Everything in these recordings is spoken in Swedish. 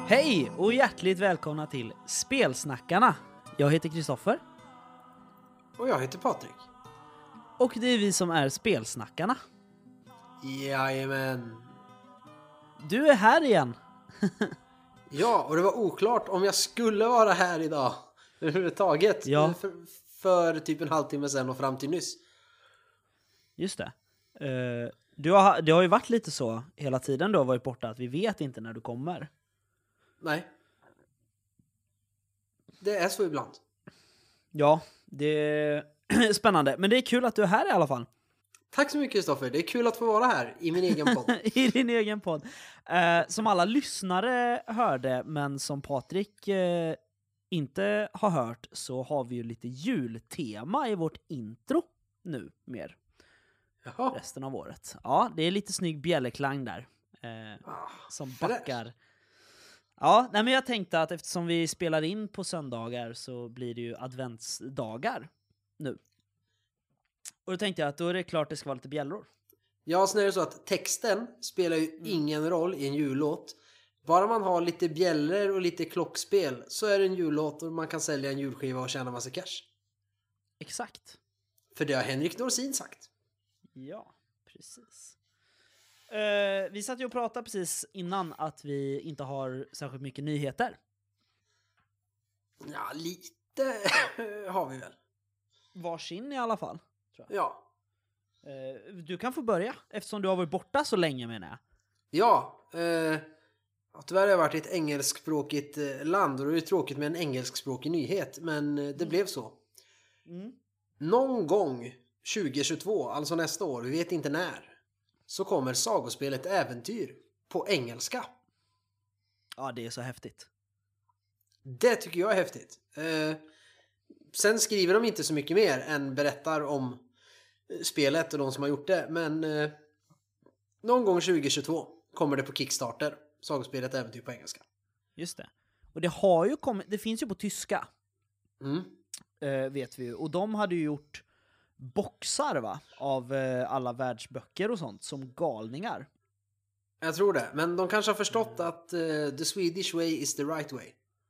Hej och hjärtligt välkomna till Spelsnackarna. Jag heter Kristoffer. Och jag heter Patrik. Och det är vi som är Spelsnackarna. Jajamän. Du är här igen. Ja, och det var oklart om jag skulle vara här idag överhuvudtaget. Ja. För typ en halvtimme sedan och fram till nyss. Just det. Det har ju varit lite så hela tiden du har varit borta att vi vet inte när du kommer. Nej. Det är så ibland. Ja, det är spännande. Men det är kul att du är här i alla fall. Tack så mycket Kristoffer. Det är kul att få vara här i min egen podd. I din egen podd. Som alla lyssnare hörde, men som Patrik inte har hört, så har vi ju lite jultema i vårt intro nu mer. Jaha. Resten av året. Ja, det är lite snygg bjällerklang där. Som backar. Ja, nej, men jag tänkte att eftersom vi spelar in på söndagar så blir det ju adventsdagar nu. Och då tänkte jag att då är det klart det ska vara lite bjällror. Ja, så är det så att texten spelar ju ingen roll i en jullåt. Bara man har lite bjällror och lite klockspel så är det en jullåt och man kan sälja en julskiva och tjäna massa cash. Exakt. För det har Henrik Dorsin sagt. Ja, precis. Vi satt ju och pratade precis innan att vi inte har särskilt mycket nyheter. Ja, lite har vi väl. Varsin i alla fall. Tror jag. Ja. Du kan få börja, eftersom du har varit borta så länge menar jag. Ja, tyvärr har jag varit i ett engelskspråkigt land och det är ju tråkigt med en engelskspråkig nyhet, men det blev så. Någon gång 2022, alltså nästa år, vi vet inte när, så kommer sagospelet Äventyr på engelska. Ja, det är så häftigt. Det tycker jag är häftigt. Sen skriver de inte så mycket mer än berättar om spelet och de som har gjort det, men någon gång 2022 kommer det på Kickstarter, sagospelet Äventyr på engelska. Just det. Och det har ju kommit, det finns ju på tyska. Vet vi ju. Och de hade ju gjort boxar va? Av alla världsböcker och sånt som galningar. Jag tror det, men de kanske har förstått att the Swedish way is the right way.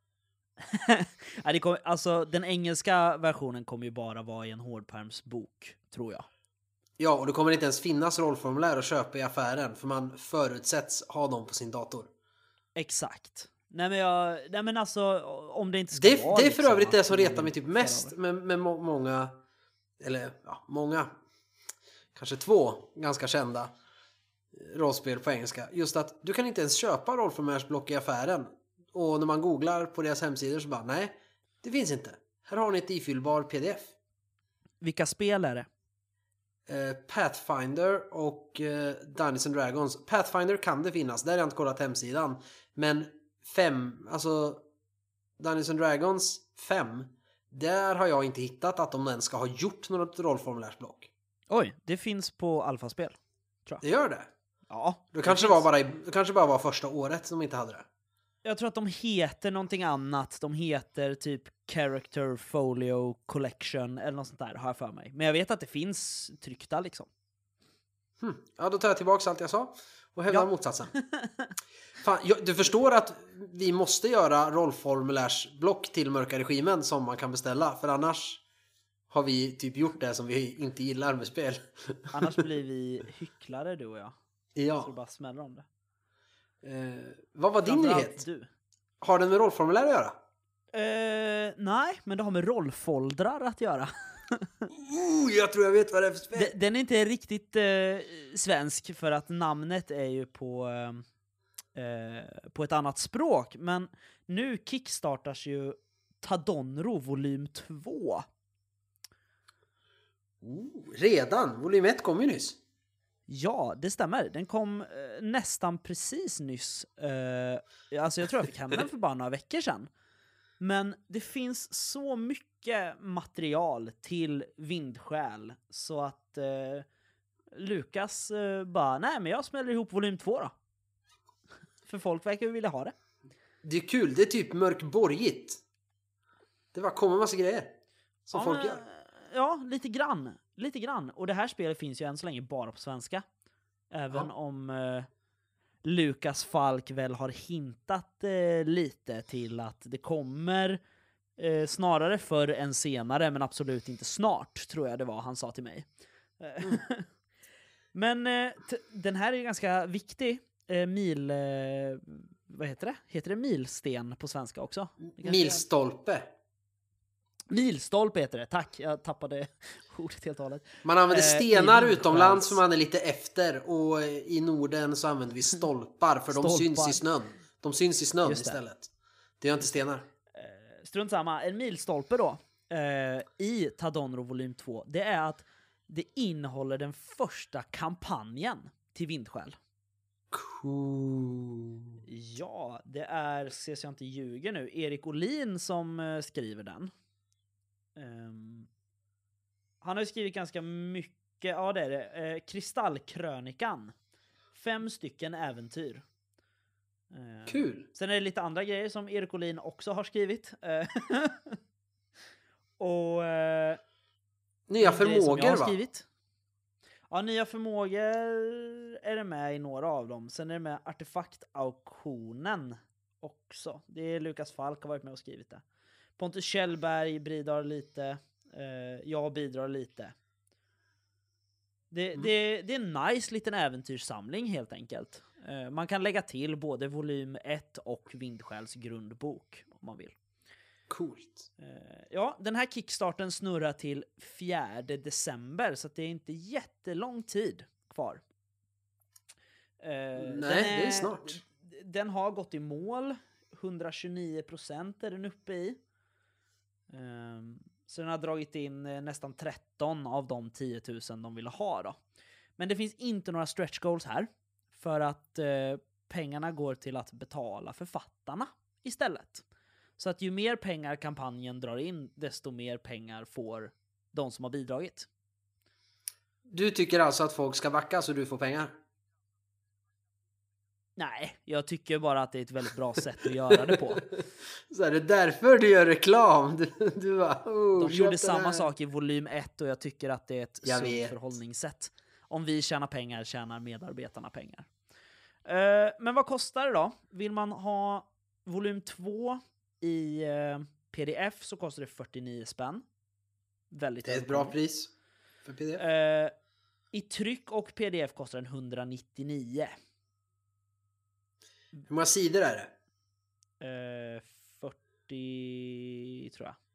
Ja, alltså den engelska versionen kommer ju bara vara i en hårdpermsbok, tror jag. Ja, och det kommer inte ens finnas rollformulär att köpa i affären, för man förutsätts ha dem på sin dator. Exakt. Nej men alltså, om det inte ska vara... Det är för övrigt det som retar mig typ mest med många, eller ja, många, kanske 2 ganska kända rollspel på engelska. Just att du kan inte ens köpa rollformulärsblock i affären. Och när man googlar på deras hemsidor så bara, nej, det finns inte. Här har ni ett ifyllbar pdf. Vilka spel är det? Pathfinder och Dungeons and Dragons. Pathfinder kan det finnas, där har jag inte kollat hemsidan. Men 5, alltså Dungeons and Dragons 5, där har jag inte hittat att de ens ska ha gjort något rollformulärsblock. Oj, det finns på alfaspel, tror jag. Det gör det? Ja. Det kanske bara var första året som inte hade det. Jag tror att de heter någonting annat. De heter typ Character Folio Collection eller något sånt där, har jag för mig. Men jag vet att det finns tryckta liksom. Ja, då tar jag tillbaka allt jag sa och hävdar motsatsen. Fan, du förstår att vi måste göra rollformulärsblock till Mörka Regimen som man kan beställa, för annars har vi typ gjort det som vi inte gillar med spel. Annars blir vi hycklare, du och jag. Ja. Så det bara smäller om det. Vad var din nyhet? Du. Har den med rollformulär att göra? Nej, men det har med rollfoldrar att göra. Jag tror jag vet vad det är för spel. Den är inte riktigt svensk, för att namnet är ju på ett annat språk. Men nu kickstartas ju Tadonro volym 2. Redan? Volym 1 kom ju nyss. Ja, det stämmer. Den kom nästan precis nyss. Alltså jag tror jag fick hem den för bara några veckor sedan. Men det finns så mycket material till Vindsjäl så att Lukas bara, nej men jag smäller ihop volym 2 då. För folk verkar ju vilja ha det. Det är kul, det är typ mörkborgigt. Det var kommer massa grejer som folk gör. Ja, lite grann. Och det här spelet finns ju än så länge bara på svenska. Även om Lukas Falk väl har hintat lite till att det kommer snarare förr än senare, men absolut inte snart, tror jag det var han sa till mig. Men den här är ju ganska viktig. Vad heter det? Heter det milsten på svenska också? Milstolpe. Milstolpe heter det, tack. Jag tappade ordet helt och hållet. Man använder stenar utomlands för man är lite efter. Och i Norden så använder vi stolpar för de syns i snön. De syns i snön istället. Det är inte stenar. Strunt samma. En milstolpe då i Tadonro volym 2, det är att det innehåller den första kampanjen till Vindskäl. Cool. Ja, det är, ses jag inte ljuger nu, Erik Olin som skriver den. Han har ju skrivit ganska mycket, ja det är det, Kristallkrönikan. 5 stycken äventyr. Kul. Sen är det lite andra grejer som Erik Olin också har skrivit. Och nya förmågor, va? Skrivit. Ja, nya förmågor är det med i några av dem. Sen är det med artefaktauktionen också. Det är Lukas Falk har varit med och skrivit det. Pontus Kjellberg bidrar lite. Jag bidrar lite. Det är en nice liten äventyrssamling helt enkelt. Man kan lägga till både volym 1 och Vindskäls grundbok om man vill. Coolt. Ja, den här kickstarten snurrar till 4 december så att det är inte jättelång tid kvar. Nej, det är snart. Den har gått i mål. 129% är den uppe i. Så den har dragit in nästan 13 av de 10 000 de ville ha då. Men det finns inte några stretch goals här. För att pengarna går till att betala författarna istället. Så att ju mer pengar kampanjen drar in, desto mer pengar får de som har bidragit. Du tycker alltså att folk ska backa så du får pengar? Nej, jag tycker bara att det är ett väldigt bra sätt att göra det på. Så är det därför du gör reklam? Du bara, de gjorde samma sak i volym 1 och jag tycker att det är ett sunt förhållningssätt. Om vi tjänar pengar, tjänar medarbetarna pengar. Men vad kostar det då? Vill man ha volym 2 i pdf så kostar det 49 spänn. Väldigt. Det är ett bra pris för pdf. I tryck och pdf kostar den 199. Hur många sidor är det? 40 tror jag.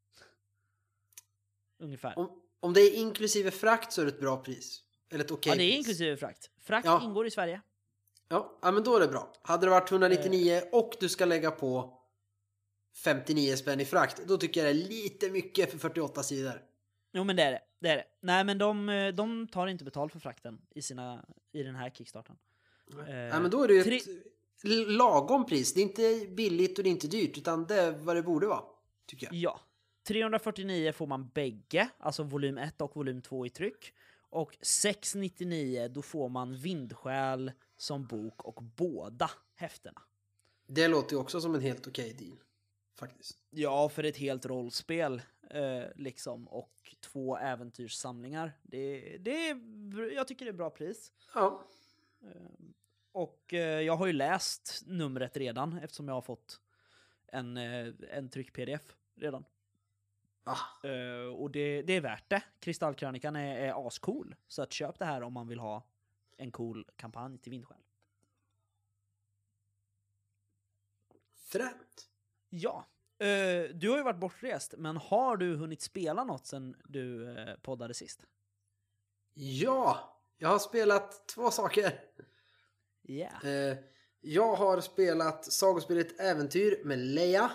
Ungefär. Om det är inklusive frakt så är det ett bra pris. Eller ett okej Ja, det är pris. inklusive frakt. Frakt ingår i Sverige. Ja, men då är det bra. Hade det varit 199 och du ska lägga på 59 spänn i frakt, då tycker jag det är lite mycket för 48 sidor. Jo, men det är det. Det är det. Nej, men de tar inte betalt för frakten i den här kickstarten. Nej, men då är det ju ett lagom pris. Det är inte billigt och det är inte dyrt, utan det är vad det borde vara, tycker jag. Ja. 349 får man bägge, alltså volym 1 och volym 2 i tryck. Och 699 då får man Vindskäl som bok och båda häftena. Det låter ju också som en helt okej deal, faktiskt. Ja, för ett helt rollspel liksom, och 2 äventyrssamlingar. Jag tycker det är bra pris. Ja. Och jag har ju läst numret redan eftersom jag har fått en tryck-pdf redan. Och det är värt det. Kristallkrönikan är ascool. Så att köp det här om man vill ha en cool kampanj till Vindskäl. Fränt. Ja. Du har ju varit bortrest, men har du hunnit spela något sen du poddade sist? Ja, jag har spelat 2 saker. Yeah. Jag har spelat sagospelet Äventyr med Leia.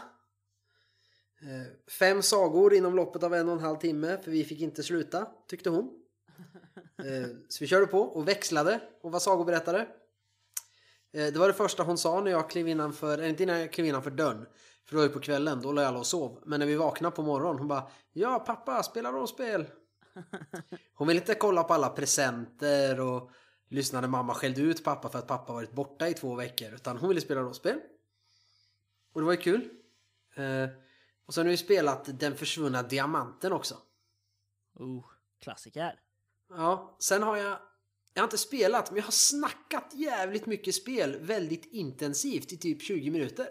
5 sagor inom loppet av 1,5 timme, för vi fick inte sluta, tyckte hon. Så vi körde på och växlade och var sagoberättare. Det var det första hon sa när jag klev innanför, inte innan jag klev innanför dörren. För då var det på kvällen, då låg alla och sov. Men när vi vaknade på morgonen, hon bara, ja pappa, spelar rollspel. Hon ville inte kolla på alla presenter och lyssnade mamma skällde ut pappa för att pappa varit borta i 2 veckor. Utan hon ville spela rollspel. Och det var ju kul. Och sen har vi spelat Den försvunna diamanten också. Klassiker. Ja, sen har jag Jag har inte spelat, men jag har snackat jävligt mycket spel väldigt intensivt i typ 20 minuter.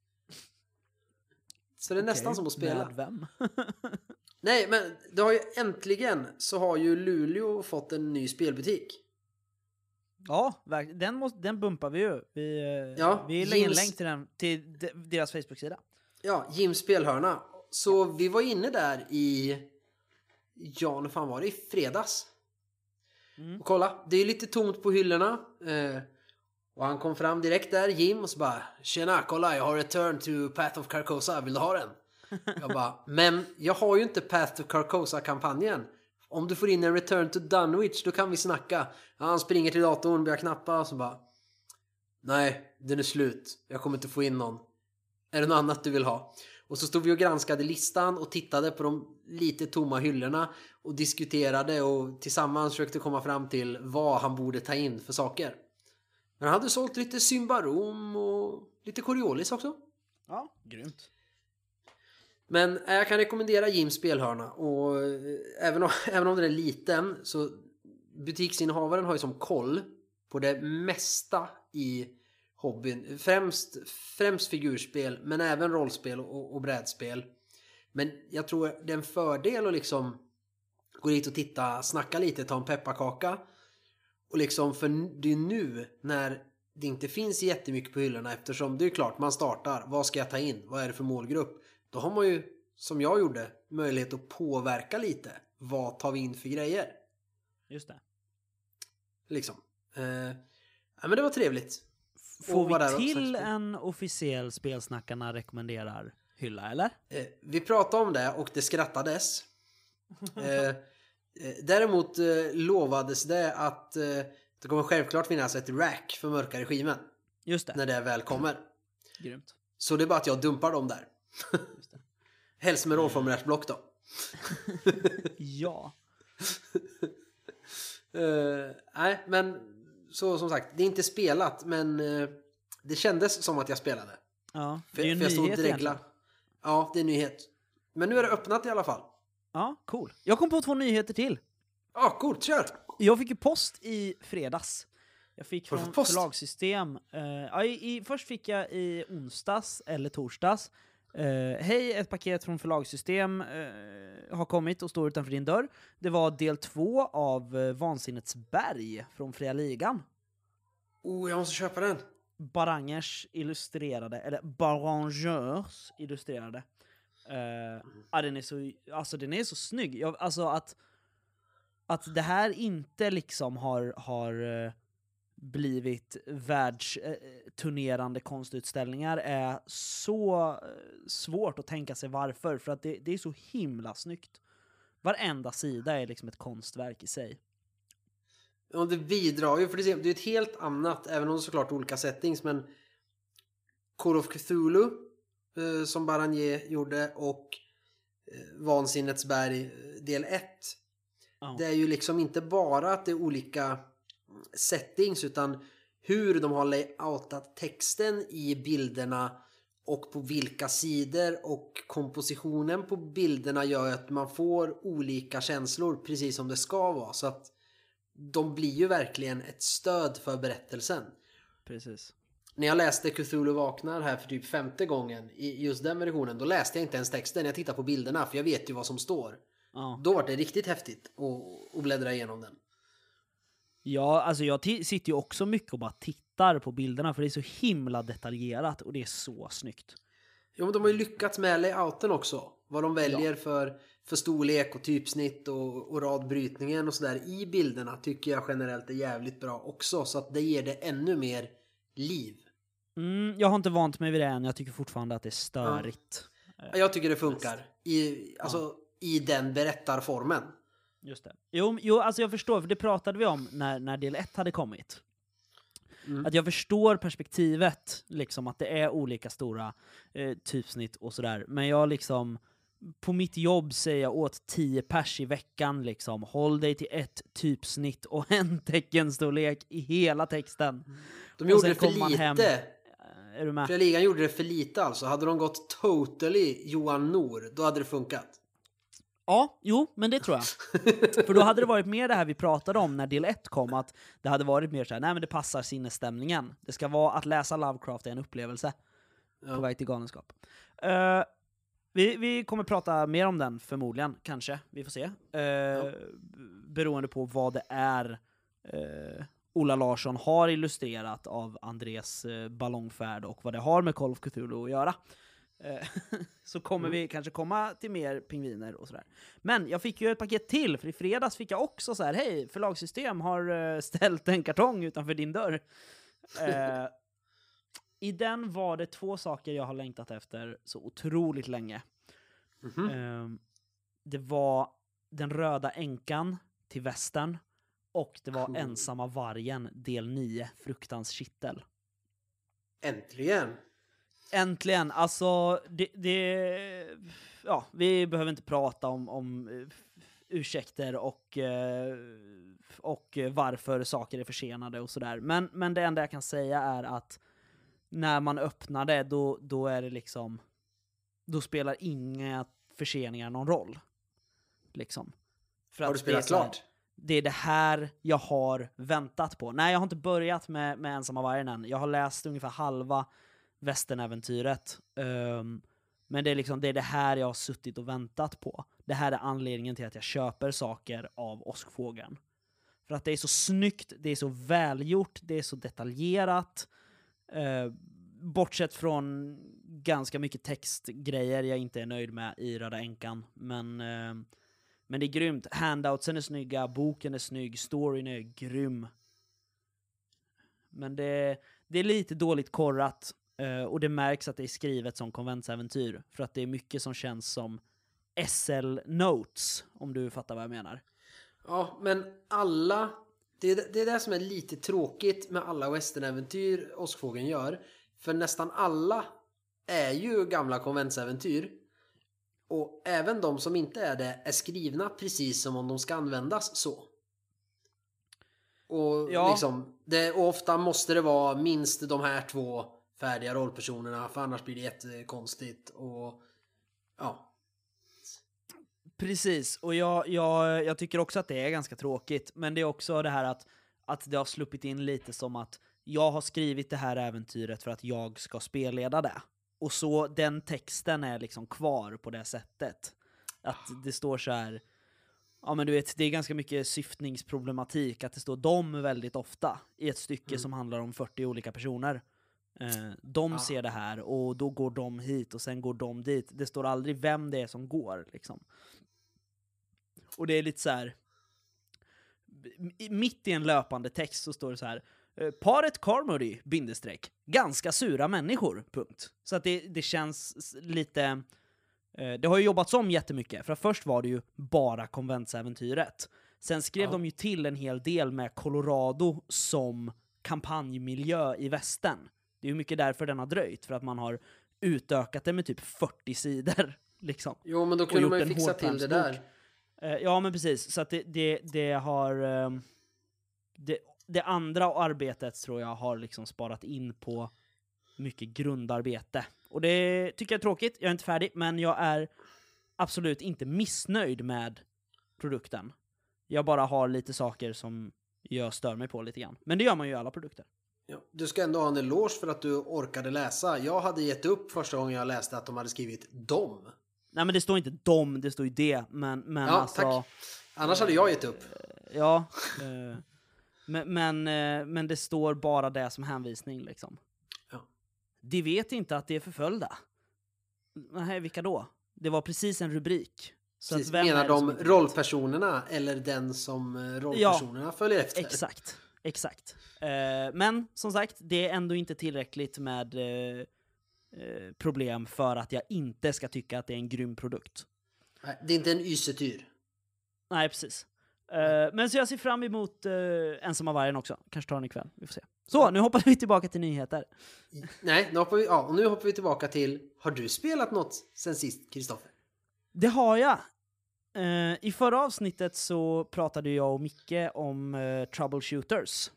Så det är nästan som att spela. Med vem? Nej, men det har ju äntligen så har ju Luleå fått en ny spelbutik. Ja, den bumpar vi ju. Vi lägger en länk till den till deras Facebook-sida. Ja, Jims spelhörna. Så vi var inne där i när fan var det? I fredags. Och kolla, det är lite tomt på hyllorna. Och han kom fram direkt där, Jim, och så bara: tjena, kolla, jag har Return to Path of Carcosa, vill du ha den? Jag bara: men jag har ju inte Path to Carcosa-kampanjen. Om du får in en Return to Dunwich, då kan vi snacka. Ja, han springer till datorn, börjar knappa och så bara: nej, den är slut. Jag kommer inte få in någon. Är det något annat du vill ha? Och så stod vi och granskade listan och tittade på de lite tomma hyllorna och diskuterade och tillsammans försökte komma fram till vad han borde ta in för saker. Men han hade sålt lite Symbarom och lite Coriolis också. Ja, grymt. Men jag kan rekommendera Jims spelhörna. Och även om den är liten, så butiksinnehavaren har ju som koll på det mesta i hobbyn. Främst figurspel, men även rollspel och brädspel. Men jag tror det är en fördel att liksom gå dit och titta, snacka lite, ta en pepparkaka. Och liksom, för det är nu när det inte finns jättemycket på hyllorna, eftersom det är klart, man startar, vad ska jag ta in? Vad är det för målgrupp? Då har man ju, som jag gjorde, möjlighet att påverka lite. Vad tar vi in för grejer? Just det. Liksom. Ja, men det var trevligt. Får vi till en officiell Spelsnackarna rekommenderar hylla, eller? Vi pratade om det och det skrattades. Däremot lovades det att det kommer självklart finnas ett rack för mörka regimen. Just det. När det väl kommer. Grymt. Så det är bara att jag dumpar dem där. Just det. Helst med rollformulärsblock då. Ja. Nej, men så som sagt, det är inte spelat, men det kändes som att jag spelade. Ja, det är ju en nyhet egentligen. Ja, det är en nyhet. Men nu är det öppnat i alla fall. Ja, cool. Jag kom på 2 nyheter till. Ja, coolt, kör! Jag fick ju post i fredags. Jag fick från post? Förlagssystem. Först fick jag i onsdags eller torsdags. Hej, ett paket från Förlagssystem har kommit och står utanför din dörr. Det var del 2 av Vansinnets berg från Fria Ligan. Jag måste köpa den. Barangers illustrerade, eller Barangers illustrerade. Den är så snygg. Att det här inte liksom har blivit världsturnerande konstutställningar är så svårt att tänka sig varför. För att det är så himla snyggt. Varenda sida är liksom ett konstverk i sig. Ja, det bidrar ju, för det är ett helt annat, även om det är såklart olika settings, men Call of Cthulhu som Baranger gjorde och Vansinnets berg del 1. Det är ju liksom inte bara att det är olika settings, utan hur de har layoutat texten i bilderna och på vilka sidor, och kompositionen på bilderna gör att man får olika känslor precis som det ska vara, så att de blir ju verkligen ett stöd för berättelsen. Precis. När jag läste Cthulhu vaknar här för typ 5:e gången i just den versionen, då läste jag inte ens texten, jag tittade på bilderna, för jag vet ju vad som står. Då var det riktigt häftigt att bläddra igenom den. Ja, alltså jag sitter ju också mycket och bara tittar på bilderna, för det är så himla detaljerat och det är så snyggt. Jo, men de har ju lyckats med layouten också. Vad de väljer för storlek och typsnitt och radbrytningen och sådär i bilderna tycker jag generellt är jävligt bra också. Så att det ger det ännu mer liv. Jag har inte vant mig vid det än. Jag tycker fortfarande att det är störigt. Ja. Jag tycker det funkar. I den berättarformen. Just det. Jo, alltså jag förstår, för det pratade vi om när del 1 hade kommit. Att jag förstår perspektivet, liksom att det är olika stora typsnitt och sådär. Men jag liksom, på mitt jobb säger jag åt 10 pers i veckan liksom, håll dig till ett typsnitt och en teckenstorlek i hela texten. De gjorde det för lite. Är du med? Fria Ligan gjorde det för lite alltså. Hade de gått totally Johan Nor, då hade det funkat. Ja, jo, men det tror jag. För då hade det varit mer det här vi pratade om när del 1 kom, att det hade varit mer så här, nej men det passar sinnesstämningen. Det ska vara att läsa Lovecraft är en upplevelse på väg till galenskap. Vi kommer prata mer om den förmodligen, kanske. Vi får se. Beroende på vad det är Ola Larsson har illustrerat av Andres ballongfärd och vad det har med Call of Cthulhu att göra. Så kommer vi kanske komma till mer pingviner och sådär. Men jag fick ju ett paket till, för i fredags fick jag också så här: hej, förlagssystem har ställt en kartong utanför din dörr. I den var det 2 saker jag har längtat efter så otroligt länge. Det var Den röda änkan till västern, och det var Ensamma vargen del 9, Fruktans kittel. Äntligen, alltså ja, vi behöver inte prata om ursäkter och varför saker är försenade och sådär. Men det enda jag kan säga är att när man öppnar det, då är det liksom, då spelar inga förseningar någon roll. Liksom. För har du spelat klart? Det är det här jag har väntat på. Nej, jag har inte börjat med Ensamma vargen än. Jag har läst ungefär halva västernäventyret. Men det är liksom, det är det här jag har suttit och väntat på. Det här är anledningen till att jag köper saker av Åskfågeln. För att det är så snyggt, det är så välgjort, det är så detaljerat. Bortsett från ganska mycket textgrejer jag inte är nöjd med i Röda änkan. Men det är grymt. Handoutsen är snygga, boken är snygg, storyn är grym. Men det är lite dåligt korrat. Och det märks att det är skrivet som konventsäventyr. För att det är mycket som känns som SL-notes, om du fattar vad jag menar. Ja, men alla... Det är det som är lite tråkigt med alla westernäventyr Åskfågeln gör. För nästan alla är ju gamla konventsäventyr. Och även de som inte är det är skrivna precis som om de ska användas så. Och liksom, och ofta måste det vara minst de här 2 färdiga rollpersonerna, för annars blir det jättekonstigt. Och ja. Precis, och jag tycker också att det är ganska tråkigt. Men det är också det här att det har sluppit in lite som att jag har skrivit det här äventyret för att jag ska spelleda det. Och så den texten är liksom kvar på det sättet. Att det står så här, ja men du vet, det är ganska mycket syftningsproblematik, att det står de väldigt ofta i ett stycke som handlar om 40 olika personer. De ser det här och då går de hit och sen går de dit. Det står aldrig vem det är som går liksom. Och det är lite så här, mitt i en löpande text så står det så här: paret Carmody, _ ganska sura människor, punkt. Så att det känns lite... Det har ju jobbats om jättemycket. För först var det ju bara konventsäventyret. Sen skrev de ju till en hel del med Colorado som kampanjmiljö i västern. Det är ju mycket därför den har dröjt. För att man har utökat det med typ 40 sidor. Liksom. Jo, men då kunde man ju fixa till det där. Ja, men precis. Så att det har... Det andra arbetet tror jag har liksom sparat in på mycket grundarbete. Och det tycker jag är tråkigt. Jag är inte färdig, men jag är absolut inte missnöjd med produkten. Jag bara har lite saker som jag stör mig på lite grann. Men det gör man ju i alla produkter. Ja, du ska ändå ha en eloge för att du orkade läsa. Jag hade gett upp första gången jag läste att de hade skrivit dom. Nej, men det står inte dom, det står ju det. Men ja, alltså, tack. Annars hade jag gett upp. Ja, men det står bara det som hänvisning liksom. Ja. De vet inte att det är förföljda. Nej, vilka då? Det var precis en rubrik. Så precis, att vem menar är det de rollpersonerna eller den som rollpersonerna följer efter? Exakt. Men som sagt, det är ändå inte tillräckligt med problem för att jag inte ska tycka att det är en grym produkt. Nej, det är inte en ysetyr. Nej, precis. Men så jag ser fram emot Ensamma vargen också. Kanske tar den ikväll, vi får se. Så, nu hoppar vi tillbaka till nyheter. Nej, nu hoppar vi tillbaka till... Har du spelat något sen sist, Kristoffer? Det har jag. I förra avsnittet så pratade jag och Micke om troubleshooters.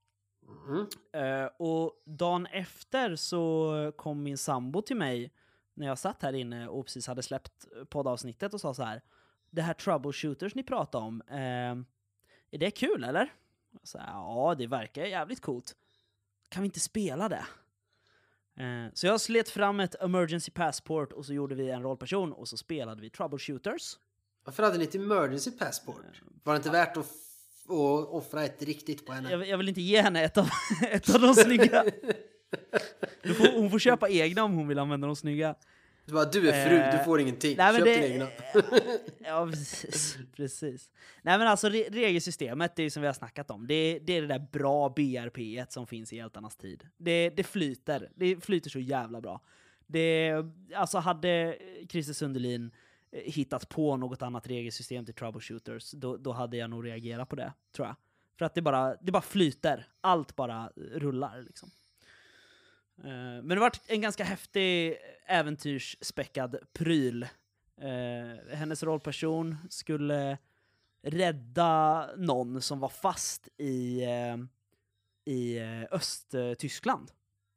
Och dagen efter så kom min sambo till mig när jag satt här inne och precis hade släppt poddavsnittet och sa så här: det här troubleshooters ni pratar om, är det kul eller? Så här, ja, det verkar jävligt coolt. Kan vi inte spela det? Så jag slet fram ett emergency passport och så gjorde vi en rollperson och så spelade vi troubleshooters. Varför hade ni ett emergency passport? Var det inte värt att offra ett riktigt på henne? Jag vill inte ge henne ett av de snygga. Hon får köpa egna om hon vill använda de snygga. Du är fru, du får ingenting. Nej, Köp din egna. Ja, precis. Nej, men alltså regelsystemet, det är som vi har snackat om. Det är det där bra BRP som finns i hjältarnas tid. Det flyter så jävla bra. Alltså hade Christer Sundelin hittat på något annat regelsystem till troubleshooters, då hade jag nog reagerat på det, tror jag. För att det bara flyter. Allt bara rullar liksom. Men det var en ganska häftig äventyrsspäckad pryl. Hennes rollperson skulle rädda någon som var fast i Östtyskland.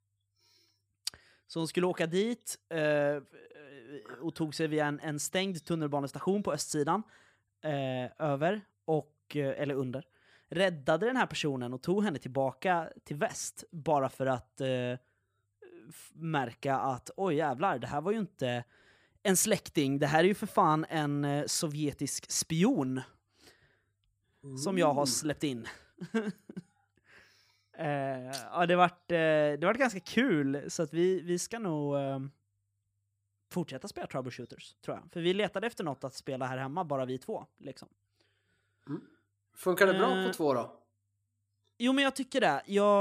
Så hon skulle åka dit och tog sig via en stängd tunnelbanestation på östsidan över eller under. Räddade den här personen och tog henne tillbaka till väst bara för att märka att oj jävlar, det här var ju inte en släkting, det här är ju för fan en sovjetisk spion som jag har släppt in. Ja, det vart ganska kul, så att vi ska nog fortsätta spela troubleshooters, tror jag. För vi letade efter något att spela här hemma, bara vi två liksom. Funkar det bra på 2 då? Jo, men jag tycker det.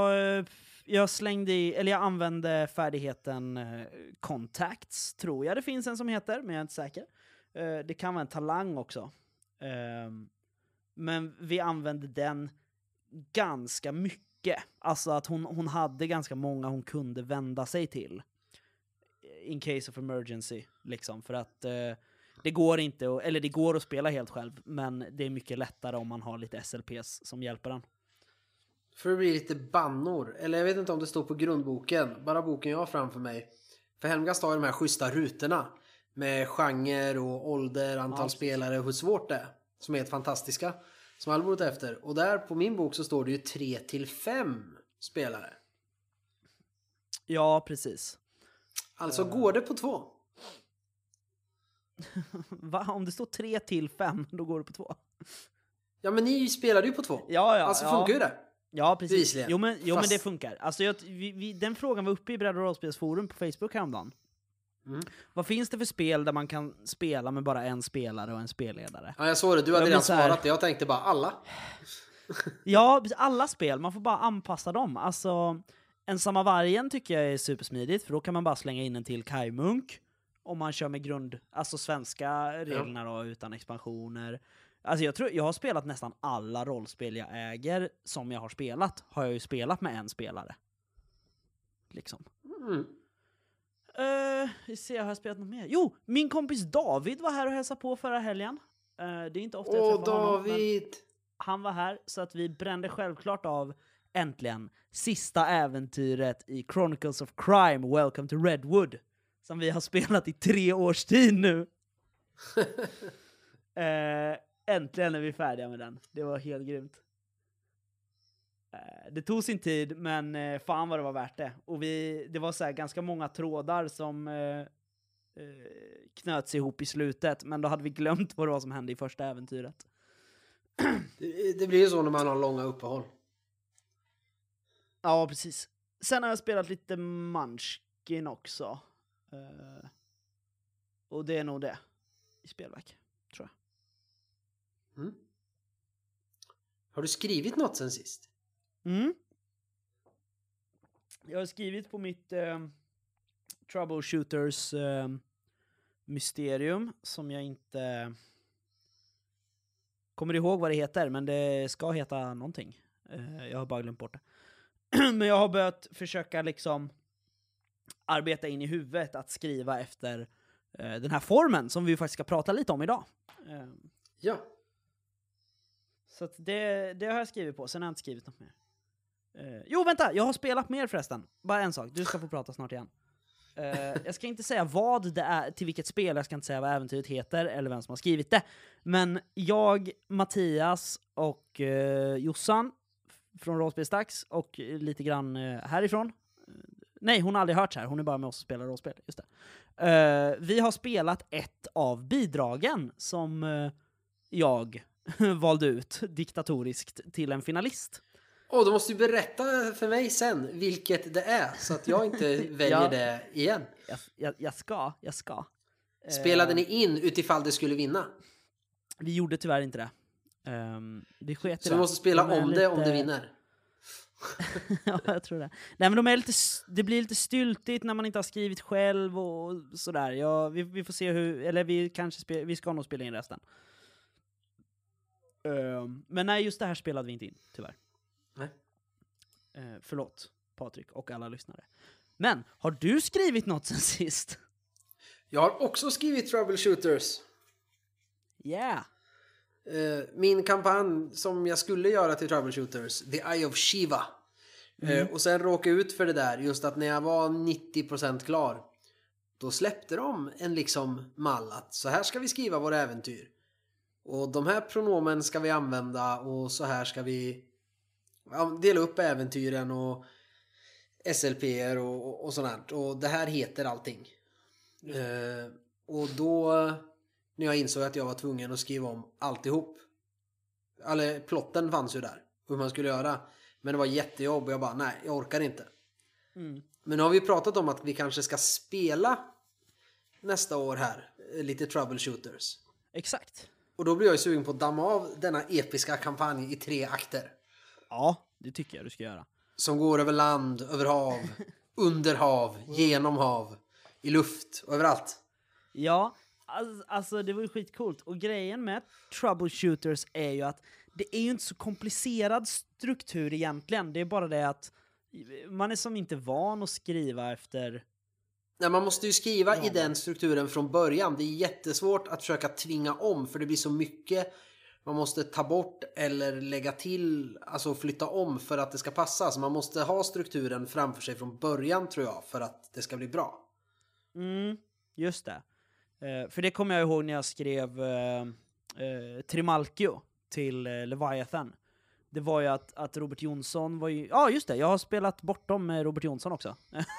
Jag använde färdigheten Contacts, tror jag det finns en som heter, men jag är inte säker. Det kan vara en talang också. Men vi använde den ganska mycket. Alltså att hon hade ganska många hon kunde vända sig till. In case of emergency, liksom. För att det går inte, eller det går att spela helt själv, men det är mycket lättare om man har lite SLPs som hjälper den. För det blir lite bannor. Eller jag vet inte om det står på grundboken. Bara boken jag har framför mig. För Helmgast har de här schyssta rutorna. Med genre och ålder, antal spelare och hur svårt det är. Som är helt fantastiska. Som alla borde ta efter. Och där på min bok så står det ju 3-5 spelare. Ja, precis. Alltså går det på 2? Va? Om det står 3-5, då går det på 2. Ja, men ni spelade ju på 2. Ja. Alltså funkar ju det. Ja, precis. Visligen. Jo, men det funkar. Alltså, den frågan var uppe i Bredd- och rollspelsforum på Facebook häromdagen. Vad finns det för spel där man kan spela med bara en spelare och en spelledare? Ja, jag såg det. Du hade redan svarat det. Jag tänkte bara alla. Ja, alla spel. Man får bara anpassa dem. Alltså, Ensamma vargen tycker jag är supersmidigt, för då kan man bara slänga in en till Kajmunk. Om man kör med alltså svenska reglerna då, utan expansioner. Alltså jag har spelat nästan alla rollspel jag äger som jag har spelat. Har jag ju spelat med en spelare. Liksom. Vi ser, har jag spelat något mer? Jo, min kompis David var här och hälsade på förra helgen. Det är inte ofta jag träffar honom. David! Han var här, så att vi brände självklart av äntligen sista äventyret i Chronicles of Crime, Welcome to Redwood. Som vi har spelat i 3 års tid nu. Äntligen är vi färdiga med den. Det var helt grymt. Det tog sin tid, men fan vad det var värt det. Och det var så här ganska många trådar som knöts ihop i slutet. Men då hade vi glömt vad det var som hände i första äventyret. Det blir ju så när man har långa uppehåll. Ja, precis. Sen har jag spelat lite Munchkin också. Och det är nog det i spelverk, tror jag. Har du skrivit något sen sist? Jag har skrivit på mitt Troubleshooters mysterium, som jag inte kommer ihåg vad det heter, men det ska heta någonting. Jag har bara glömt bort det. Men jag har börjat försöka liksom arbeta in i huvudet att skriva efter den här formen som vi faktiskt ska prata lite om idag. Ja. Så att det har jag skrivit på. Sen har jag inte skrivit något mer. Jo, vänta! Jag har spelat mer förresten. Bara en sak. Du ska få prata snart igen. Jag ska inte säga vad det är, till vilket spel, jag ska inte säga vad äventyret heter eller vem som har skrivit det. Men jag, Mattias och Jossan från Rollspelsdags och lite grann härifrån. Nej, hon har aldrig hört så här. Hon är bara med oss och spelar rollspel. Just det. Vi har spelat ett av bidragen som jag valde ut diktatoriskt till en finalist. Då måste du berätta för mig sen vilket det är så att jag inte väljer det igen. Jag ska. Spelade ni in utifall det skulle vinna? Vi gjorde tyvärr inte det. Vi sket i så det. vi måste spela om det om det vinner? Ja, jag tror det. Nej, men det blir lite styltigt när man inte har skrivit själv och sådär. Ja, vi får se hur, eller vi ska nog spela in resten. Men nej, just det här spelade vi inte in, tyvärr. Nej. Förlåt, Patrik och alla lyssnare. Men, har du skrivit något sen sist? Jag har också skrivit Troubleshooters. Yeah. Min kampanj som jag skulle göra till Troubleshooters, The Eye of Shiva. Och sen råkade jag ut för det där, just att när jag var 90% klar, då släppte de en liksom mall att så här ska vi skriva våra äventyr. Och de här pronomen ska vi använda och så här ska vi dela upp äventyren och SLP:er och sånt. Och det här heter allting. Och då när jag insåg att jag var tvungen att skriva om alltihop. Eller plotten fanns ju där. Hur man skulle göra. Men det var jättejobb och jag bara, nej, jag orkar inte. Men nu har vi pratat om att vi kanske ska spela nästa år här. Lite Troubleshooters. Exakt. Och då blir jag ju sugen på att damma av denna episka kampanj i 3 akter. Ja, det tycker jag du ska göra. Som går över land, över hav, under hav, genom hav, i luft och överallt. Ja, alltså det var ju skitcoolt. Och grejen med Troubleshooters är ju att det är ju inte så komplicerad struktur egentligen. Det är bara det att man är som inte van att skriva efter... Nej, man måste ju skriva i den strukturen från början. Det är jättesvårt att försöka tvinga om för det blir så mycket man måste ta bort eller lägga till, alltså flytta om för att det ska passa. Så man måste ha strukturen framför sig från början, tror jag, för att det ska bli bra. Just det. För det kommer jag ihåg när jag skrev Trimalchio till Leviathan. Det var ju att Robert Jonsson var ju... Ja, just det. Jag har spelat bortom med Robert Jonsson också.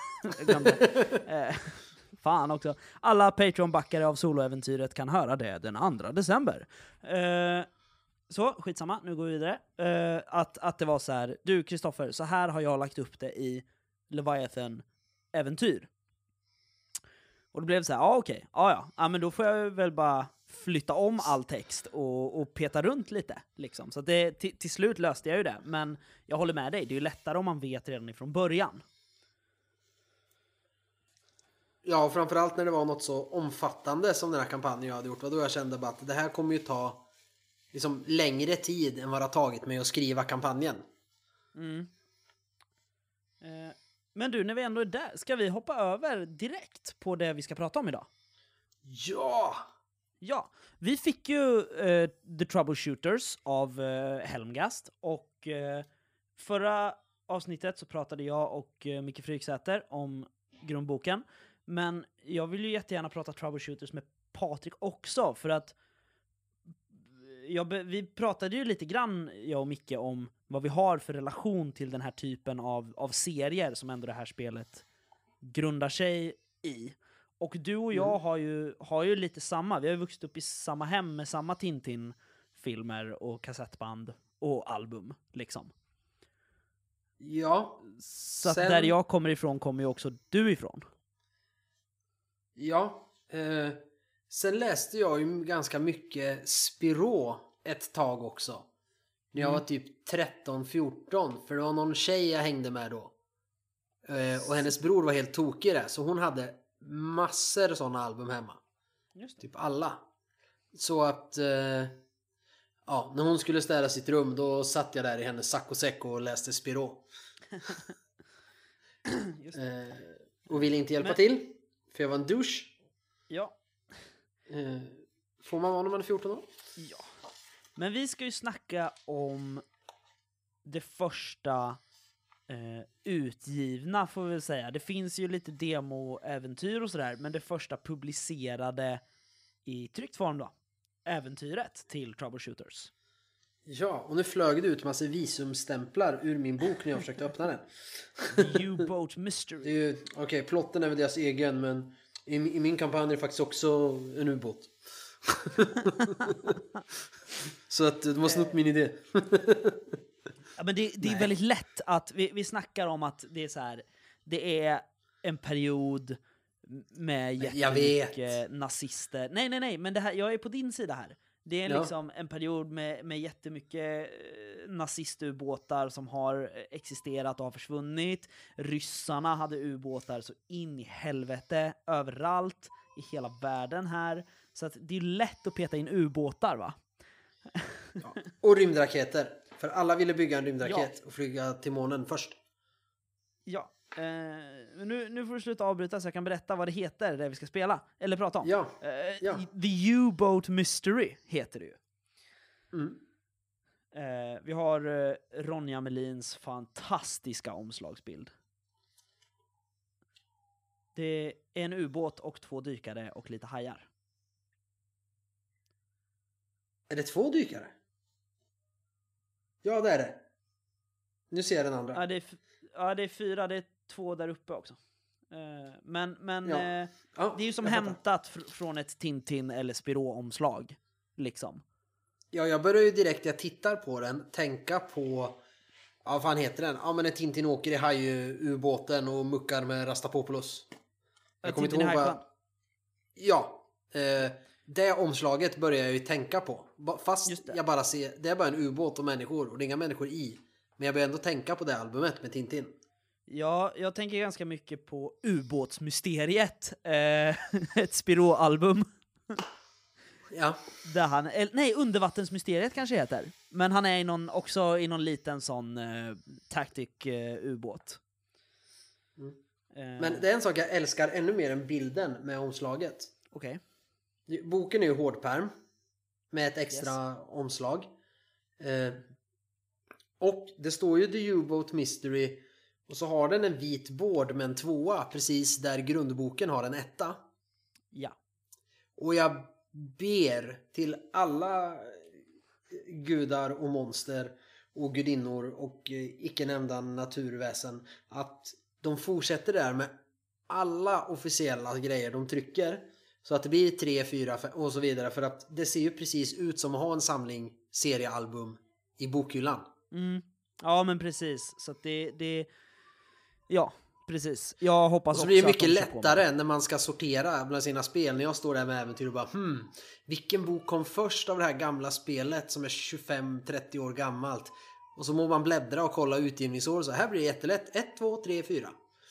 Fan också. Alla Patreon-backare av soloäventyret kan höra det den 2 december. Så, skitsamma. Nu går vi vidare. Att det var så här... Du, Kristoffer, så här har jag lagt upp det i Leviathan-äventyr. Och då blev det så här, okej. Ja, men då får jag väl bara flytta om all text och peta runt lite. Liksom. Så det, till slut löste jag ju det. Men jag håller med dig, det är ju lättare om man vet redan ifrån början. Ja, framförallt när det var något så omfattande som den här kampanjen jag hade gjort. Då jag kände bara att det här kommer ju ta liksom längre tid än vad det har tagit mig att skriva kampanjen. Men du, när vi ändå är där, ska vi hoppa över direkt på det vi ska prata om idag? Ja, vi fick ju The Troubleshooters av Helmgast och förra avsnittet så pratade jag och Micke Fryksäter om grundboken. Men jag vill ju jättegärna prata Troubleshooters med Patrik också, för att vi pratade ju lite grann, jag och Micke, om vad vi har för relation till den här typen av serier som ändå det här spelet grundar sig i. Och du och jag har ju lite samma. Vi har ju vuxit upp i samma hem med samma Tintin-filmer och kassettband och album, liksom. Ja. Så att där jag kommer ifrån kommer ju också du ifrån. Ja. Sen läste jag ju ganska mycket Spirou ett tag också. När jag var typ 13-14. För det var någon tjej jag hängde med då. Och hennes bror var helt tokig i det. Så hon hade massor sådana album hemma. Just det. Typ alla. Så att ja, när hon skulle städa sitt rum, då satt jag där i hennes saccosäck och läste Spirou. Just det. Och ville inte hjälpa till. För jag var en douche. Ja. Får man vara när man är 14 år? Ja. Men vi ska ju snacka om det första utgivna, får vi väl säga. Det finns ju lite demoäventyr och sådär, men det första publicerade i tryckt form då, äventyret till Troubleshooters. Ja, och nu flög det ut massa visumstämplar ur min bok när jag försökte öppna den. The U-Boat Mystery. Det är ju, okej, plotten är väl deras egen, men i min kampanj är det faktiskt också en ubåt. Så att du måste upp min idé. Ja, men det är väldigt lätt att vi snackar om att det är så här, det är en period med jättemycket nazister. Nej, men det här, jag är på din sida här. Det är liksom en period med jättemycket nazistubåtar som har existerat och har försvunnit. Ryssarna hade ubåtar så in i helvete överallt i hela världen här. Så att det är lätt att peta in ubåtar, va? Ja. Och rymdraketer. För alla ville bygga en rymdraket och flyga till månen först. Ja. Nu får du sluta avbryta så jag kan berätta vad det heter, det vi ska spela. Eller prata om. Ja. The U-Boat Mystery heter det ju. Vi har Ronja Melins fantastiska omslagsbild. Det är en ubåt och 2 dykare och lite hajar. Är det 2 dykare? Ja, det är det. Nu ser jag den andra. Ja, det är 4. Det är 2 där uppe också. Men det är ju som hämtat från ett Tintin eller Spirou-omslag. Liksom. Ja, jag börjar ju direkt när jag tittar på den tänka på... Ja, vad fan heter den? Ja, men när Tintin åker i haj-ubåten och muckar med Rastapopoulos. Jag kommer inte ihåg vad... Ja. Det omslaget börjar jag ju tänka på. Fast jag bara ser... Det är bara en ubåt och människor. Och det är inga människor i. Men jag börjar ändå tänka på det albumet med Tintin. Ja, jag tänker ganska mycket på ubåtsmysteriet. Ett Spirou-album. Ja. Där han, Undervattensmysteriet kanske heter. Men han är också i någon liten sån tactic ubåt. Men det är en sak jag älskar ännu mer än bilden med omslaget. Okej. Boken är ju hårdpärm med ett extra omslag. Och det står ju The U-Boat Mystery och så har den en vit board med en 2 precis där grundboken har en 1. Ja. Och jag ber till alla gudar och monster och gudinnor och icke nämnda naturväsen att de fortsätter där med alla officiella grejer de trycker så att det blir 3, 4 och så vidare, för att det ser ju precis ut som att ha en samling seriealbum i bokhyllan. Ja, men precis. Så att det ja, precis. Jag hoppas också att det blir mycket lättare när man ska sortera bland sina spel. När jag står där med äventyr och bara vilken bok kom först av det här gamla spelet som är 25-30 år gammalt? Och så må man bläddra och kolla utgivningsår. Så här blir det jättelätt. 1, 2, 3, 4.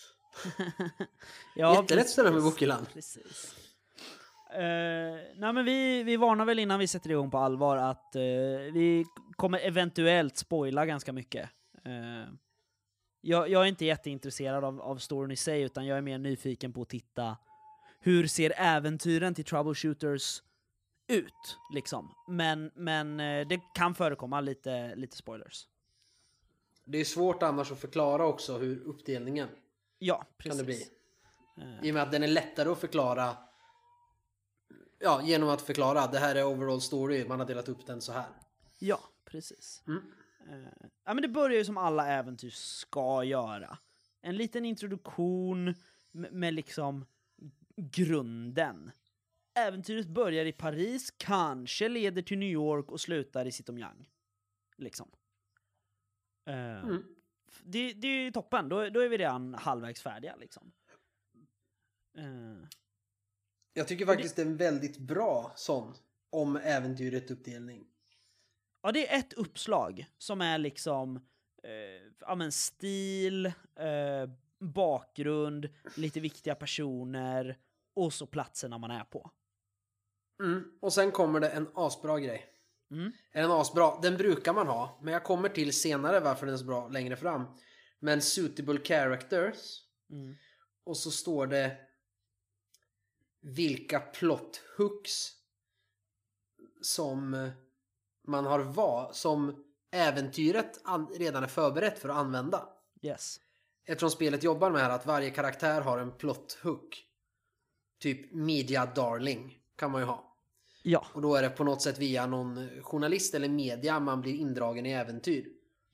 Ja, jättelätt ställa med bokhyllan. Precis. Nej, men vi varnar väl innan vi sätter igång på allvar att vi kommer eventuellt spoila ganska mycket. Jag är inte jätteintresserad av storyn i sig, utan jag är mer nyfiken på att titta hur ser äventyren till Troubleshooters ut, liksom. Men det kan förekomma lite spoilers. Det är svårt annars att förklara också hur uppdelningen precis. Kan det bli. I och med att den är lättare att förklara genom att förklara det här är overall story, man har delat upp den så här. Ja, precis. Men det börjar ju som alla äventyr ska göra. En liten introduktion med liksom grunden. Äventyret börjar i Paris, kanske leder till New York och slutar i Sitomyang. Liksom. Det är toppen. Då är vi redan halvvägs färdiga, liksom. Jag tycker faktiskt det är en väldigt bra sån om äventyret uppdelning. Ja, det är ett uppslag som är liksom stil, bakgrund, lite viktiga personer och så platserna man är på. Och sen kommer det en asbra grej. En asbra, den brukar man ha, men jag kommer till senare varför den är så bra längre fram. Men suitable characters. Och så står det vilka plot hooks som man har som äventyret redan är förberett för att använda. Yes. Eftersom spelet jobbar med att varje karaktär har en plot hook. Typ media darling kan man ju ha. Ja. Och då är det på något sätt via någon journalist eller media man blir indragen i äventyr.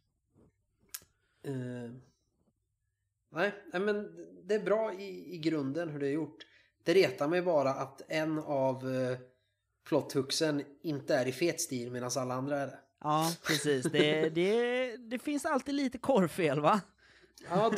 Nej, men det är bra i grunden hur det är gjort. Det retar mig bara att en av plothooksen inte är i fet stil medan alla andra är det. Ja, precis. Det finns alltid lite korrfel, va? Ja,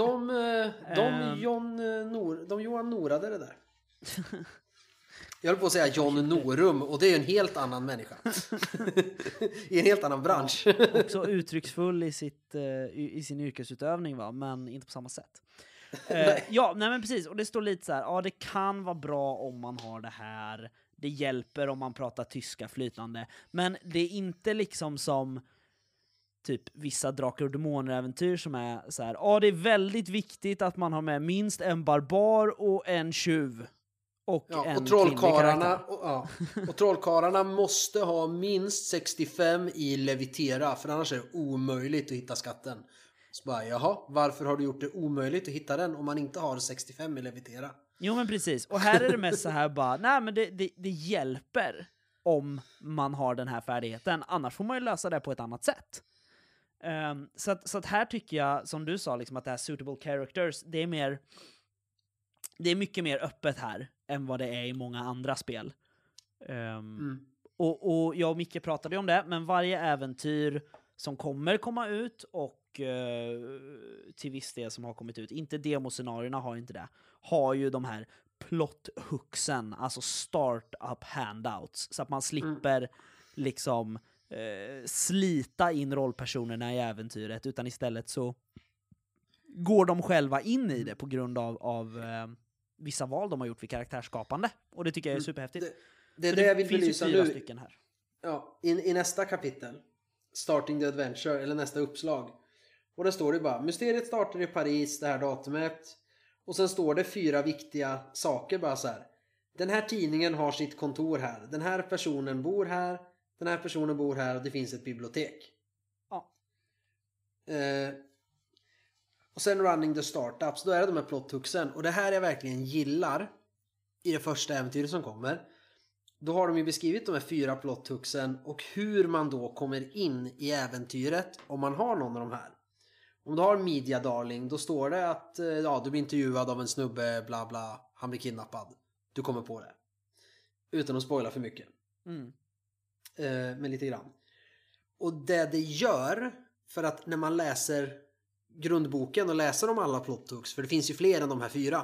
de Johan Norade det där. Jag höll på att säga John Norum, och det är ju en helt annan människa. I en helt annan bransch. Ja, också uttrycksfull i sin yrkesutövning, va? Men inte på samma sätt. Ja, nej men precis. Och det står lite så här, ja det kan vara bra om man har det här. Det hjälper om man pratar tyska flytande. Men det är inte liksom som typ vissa Drakar och Demoner-äventyr som är så här, ja det är väldigt viktigt att man har med minst en barbar och en tjuv. Och en trollkarlarna och trollkarlarna måste ha minst 65 i levitera, för annars är det omöjligt att hitta skatten. Så bara, jaha, varför har du gjort det omöjligt att hitta den om man inte har 65 i levitera? Jo men precis, och här är det mest så här bara, nej men det hjälper om man har den här färdigheten, annars får man ju lösa det på ett annat sätt. Så att här tycker jag, som du sa, liksom, att det här suitable characters, det är mycket mer öppet här än vad det är i många andra spel. Och jag och Micke pratade ju om det, men varje äventyr som kommer komma ut och till viss del som har kommit ut, inte demoscenarierna har inte det, har ju de här plot-hooksen, alltså start-up handouts, så att man slipper liksom slita in rollpersonerna i äventyret, utan istället så går de själva in i det på grund av vissa val de har gjort vid karaktärsskapande. Och det tycker jag är superhäftigt. Det är det jag vill belysa nu. Stycken här. Ja, i nästa kapitel, Starting the Adventure, eller nästa uppslag. Och där står det bara, mysteriet startar i Paris det här datumet. Och sen står det 4 viktiga saker bara så här. Den här tidningen har sitt kontor här. Den här personen bor här. Den här personen bor här och det finns ett bibliotek. Ja. Och sen running the startups, då är det de här plothooksen. Och det här jag verkligen gillar i det första äventyret som kommer. Då har de ju beskrivit de här 4 plothooksen och hur man då kommer in i äventyret om man har någon av de här. Om du har Media Darling, då står det att du blir intervjuad av en snubbe, bla bla, han blir kidnappad. Du kommer på det. Utan att spoila för mycket. Men lite grann. Och det gör, för att när man läser grundboken och läser om alla plothooks, för det finns ju fler än de här 4,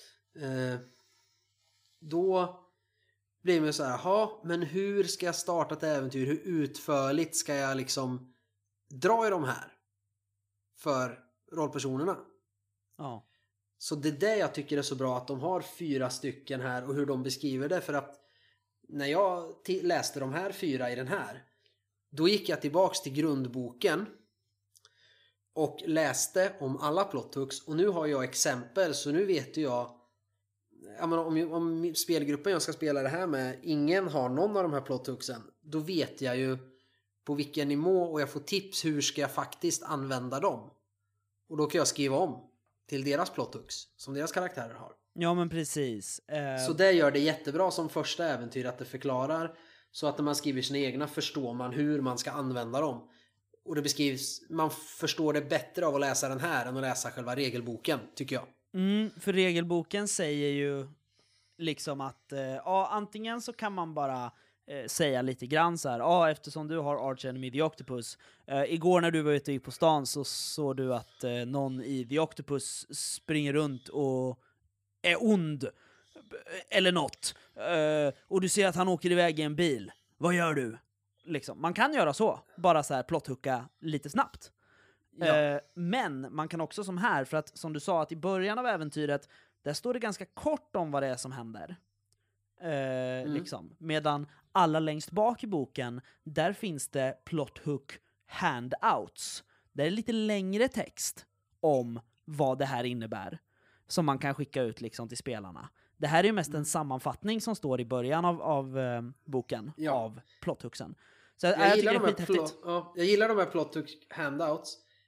då blir man så här, men hur ska jag starta ett äventyr? Hur utförligt ska jag liksom dra i de här för rollpersonerna? Ja. Så det är det jag tycker är så bra, att de har 4 stycken här och hur de beskriver det. För att när jag läste de här 4 i den här, då gick jag tillbaks till grundboken och läste om alla plothooks. Och nu har jag exempel, så nu vet jag, om spelgruppen jag ska spela det här med, ingen har någon av de här plothooksen, då vet jag ju på vilken nivå, och jag får tips hur ska jag faktiskt använda dem. Och då kan jag skriva om till deras plothooks som deras karaktärer har. Ja men precis. Så det gör det jättebra som första äventyr, att det förklarar, så att när man skriver sina egna förstår man hur man ska använda dem. Och det beskrivs, man förstår det bättre av att läsa den här än att läsa själva regelboken, tycker jag. För regelboken säger ju liksom att antingen så kan man bara säga lite grann så här, eftersom du har Arch Enemy the Octopus, igår när du var ute och gick på stan så såg du att någon i The Octopus springer runt och är ond eller något, och du ser att han åker iväg i en bil. Vad gör du? Liksom. Man kan göra så, bara så här plotthooka lite snabbt. Ja. Men man kan också som här, för att som du sa, att i början av äventyret där står det ganska kort om vad det är som händer. Liksom. Medan alla längst bak i boken, där finns det plothook handouts. Det är lite längre text om vad det här innebär, som man kan skicka ut liksom till spelarna. Det här är ju mest en sammanfattning som står i början av boken, av plothooksen. Så jag gillar de här plothook handouts,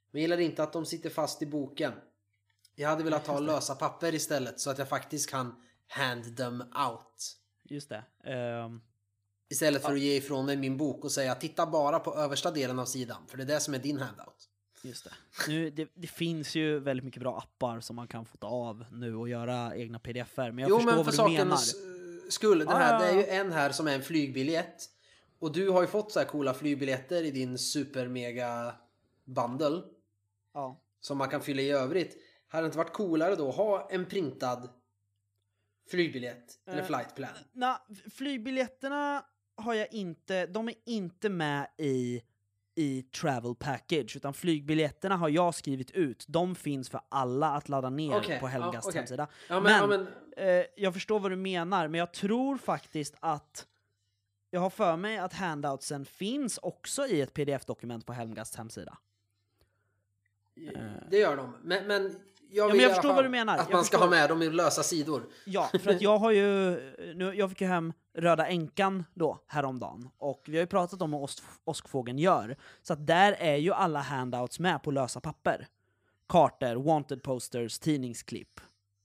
Men jag gillar inte att de sitter fast i boken. Jag hade velat ha lösa papper istället så att jag faktiskt kan hand them out. Just det. Istället för att ge ifrån mig min bok och säga titta bara på översta delen av sidan. För det är det som är din handout. Just det. Nu, det finns ju väldigt mycket bra appar som man kan fota av nu och göra egna pdf-er. Men jag förstår vad du menar. Skull, det är ju en här som är en flygbiljett. Och du har ju fått så här coola flygbiljetter i din super mega bundle. Ja. Som man kan fylla i övrigt. Hade det inte varit coolare då att ha en printad flygbiljett eller flight plan? Flygbiljetterna har jag inte, de är inte med i travel package, utan flygbiljetterna har jag skrivit ut. De finns för alla att ladda ner på Helmgasts hemsida. Jag förstår vad du menar, men jag tror faktiskt att jag har för mig att handoutsen finns också i ett pdf-dokument på Helmgasts hemsida. Det gör de. Men jag förstår vad du menar. Att man ska ha med dem i lösa sidor. Ja, för att jag har ju jag fick ju hem Röda änkan då häromdagen, och vi har ju pratat om vad Åskfågeln gör, så att där är ju alla handouts med på lösa papper. Kartor, wanted posters, tidningsklipp.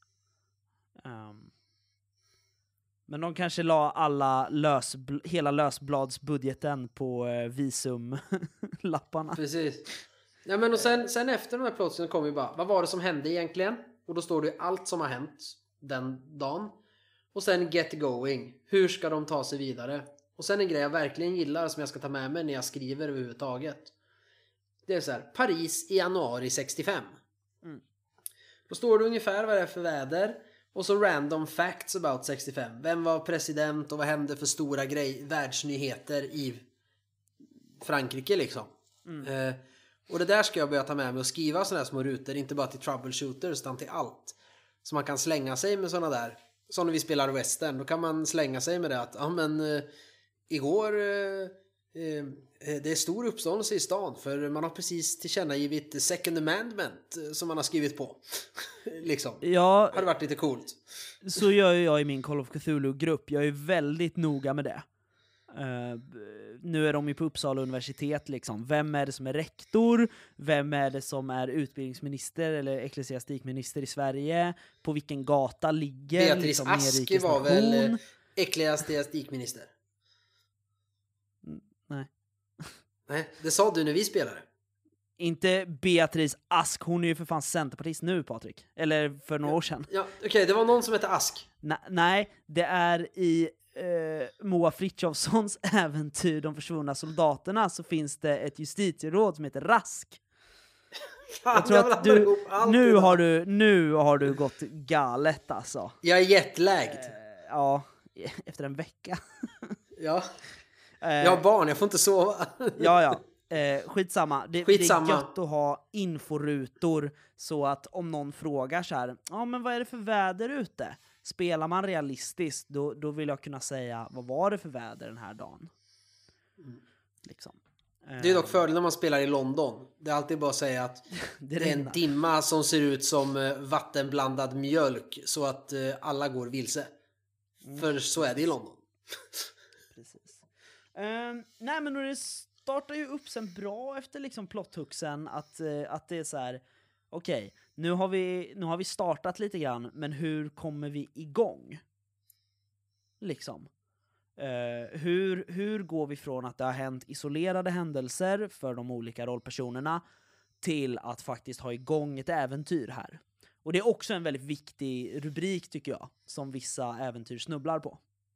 Men de kanske la hela lösbladsbudgeten på visumlapparna. Precis. Ja, men och sen efter de här plotsen kommer ju bara, vad var det som hände egentligen? Och då står det allt som har hänt den dagen. Och sen get going. Hur ska de ta sig vidare? Och sen en grej jag verkligen gillar som jag ska ta med mig när jag skriver överhuvudtaget. Det är så här, Paris i januari 65. Då står det ungefär vad det är för väder. Och så random facts about 65. Vem var president och vad hände för stora världsnyheter i Frankrike liksom. Och det där ska jag börja ta med mig och skriva sådana här små rutor, inte bara till troubleshooters utan till allt. Så man kan slänga sig med sådana där. Som när vi spelar western, då kan man slänga sig med det att igår det är stor uppståndelse i stan för man har precis tillkännagivit second amendment som man har skrivit på. Liksom. Ja, hade varit lite coolt. Så gör jag i min Call of Cthulhu-grupp. Jag är väldigt noga med det. Nu är de ju på Uppsala universitet liksom. Vem är det som är rektor? Vem är det som är utbildningsminister eller ecklesiastikminister i Sverige? På vilken gata ligger Beatrice liksom, Ask var väl ecklesiastikminister? Nej, det sa du när vi spelade. Inte Beatrice Ask, hon är ju för fan centerpartist nu, Patrik. Eller för några år sedan. Ja, okej, det var någon som hette Ask. Nej, det är i Moa Frithiofssons äventyr De försvunna soldaterna så finns det ett justitieråd som heter Rask. Jag tror att nu har du gått galet alltså. Jag är jetlagged. Ja, efter en vecka. Ja. Jag har barn, jag får inte sova. Ja. Skitsamma. Det är gött att ha inforutor så att om någon frågar så här, ja men vad är det för väder ute? Spelar man realistiskt, då vill jag kunna säga, vad var det för väder den här dagen? Liksom. Det är dock fördel när man spelar i London. Det är alltid bara att säga att det är en dimma som ser ut som vattenblandad mjölk så att alla går vilse. För så är det i London. Precis. Nej men det startar ju upp sen bra efter liksom plotthuxen att det är så här, okej, nu har vi startat lite grann, men hur kommer vi igång? Liksom. Hur går vi från att det har hänt isolerade händelser för de olika rollpersonerna till att faktiskt ha igång ett äventyr här? Och det är också en väldigt viktig rubrik tycker jag, som vissa äventyr snubblar på.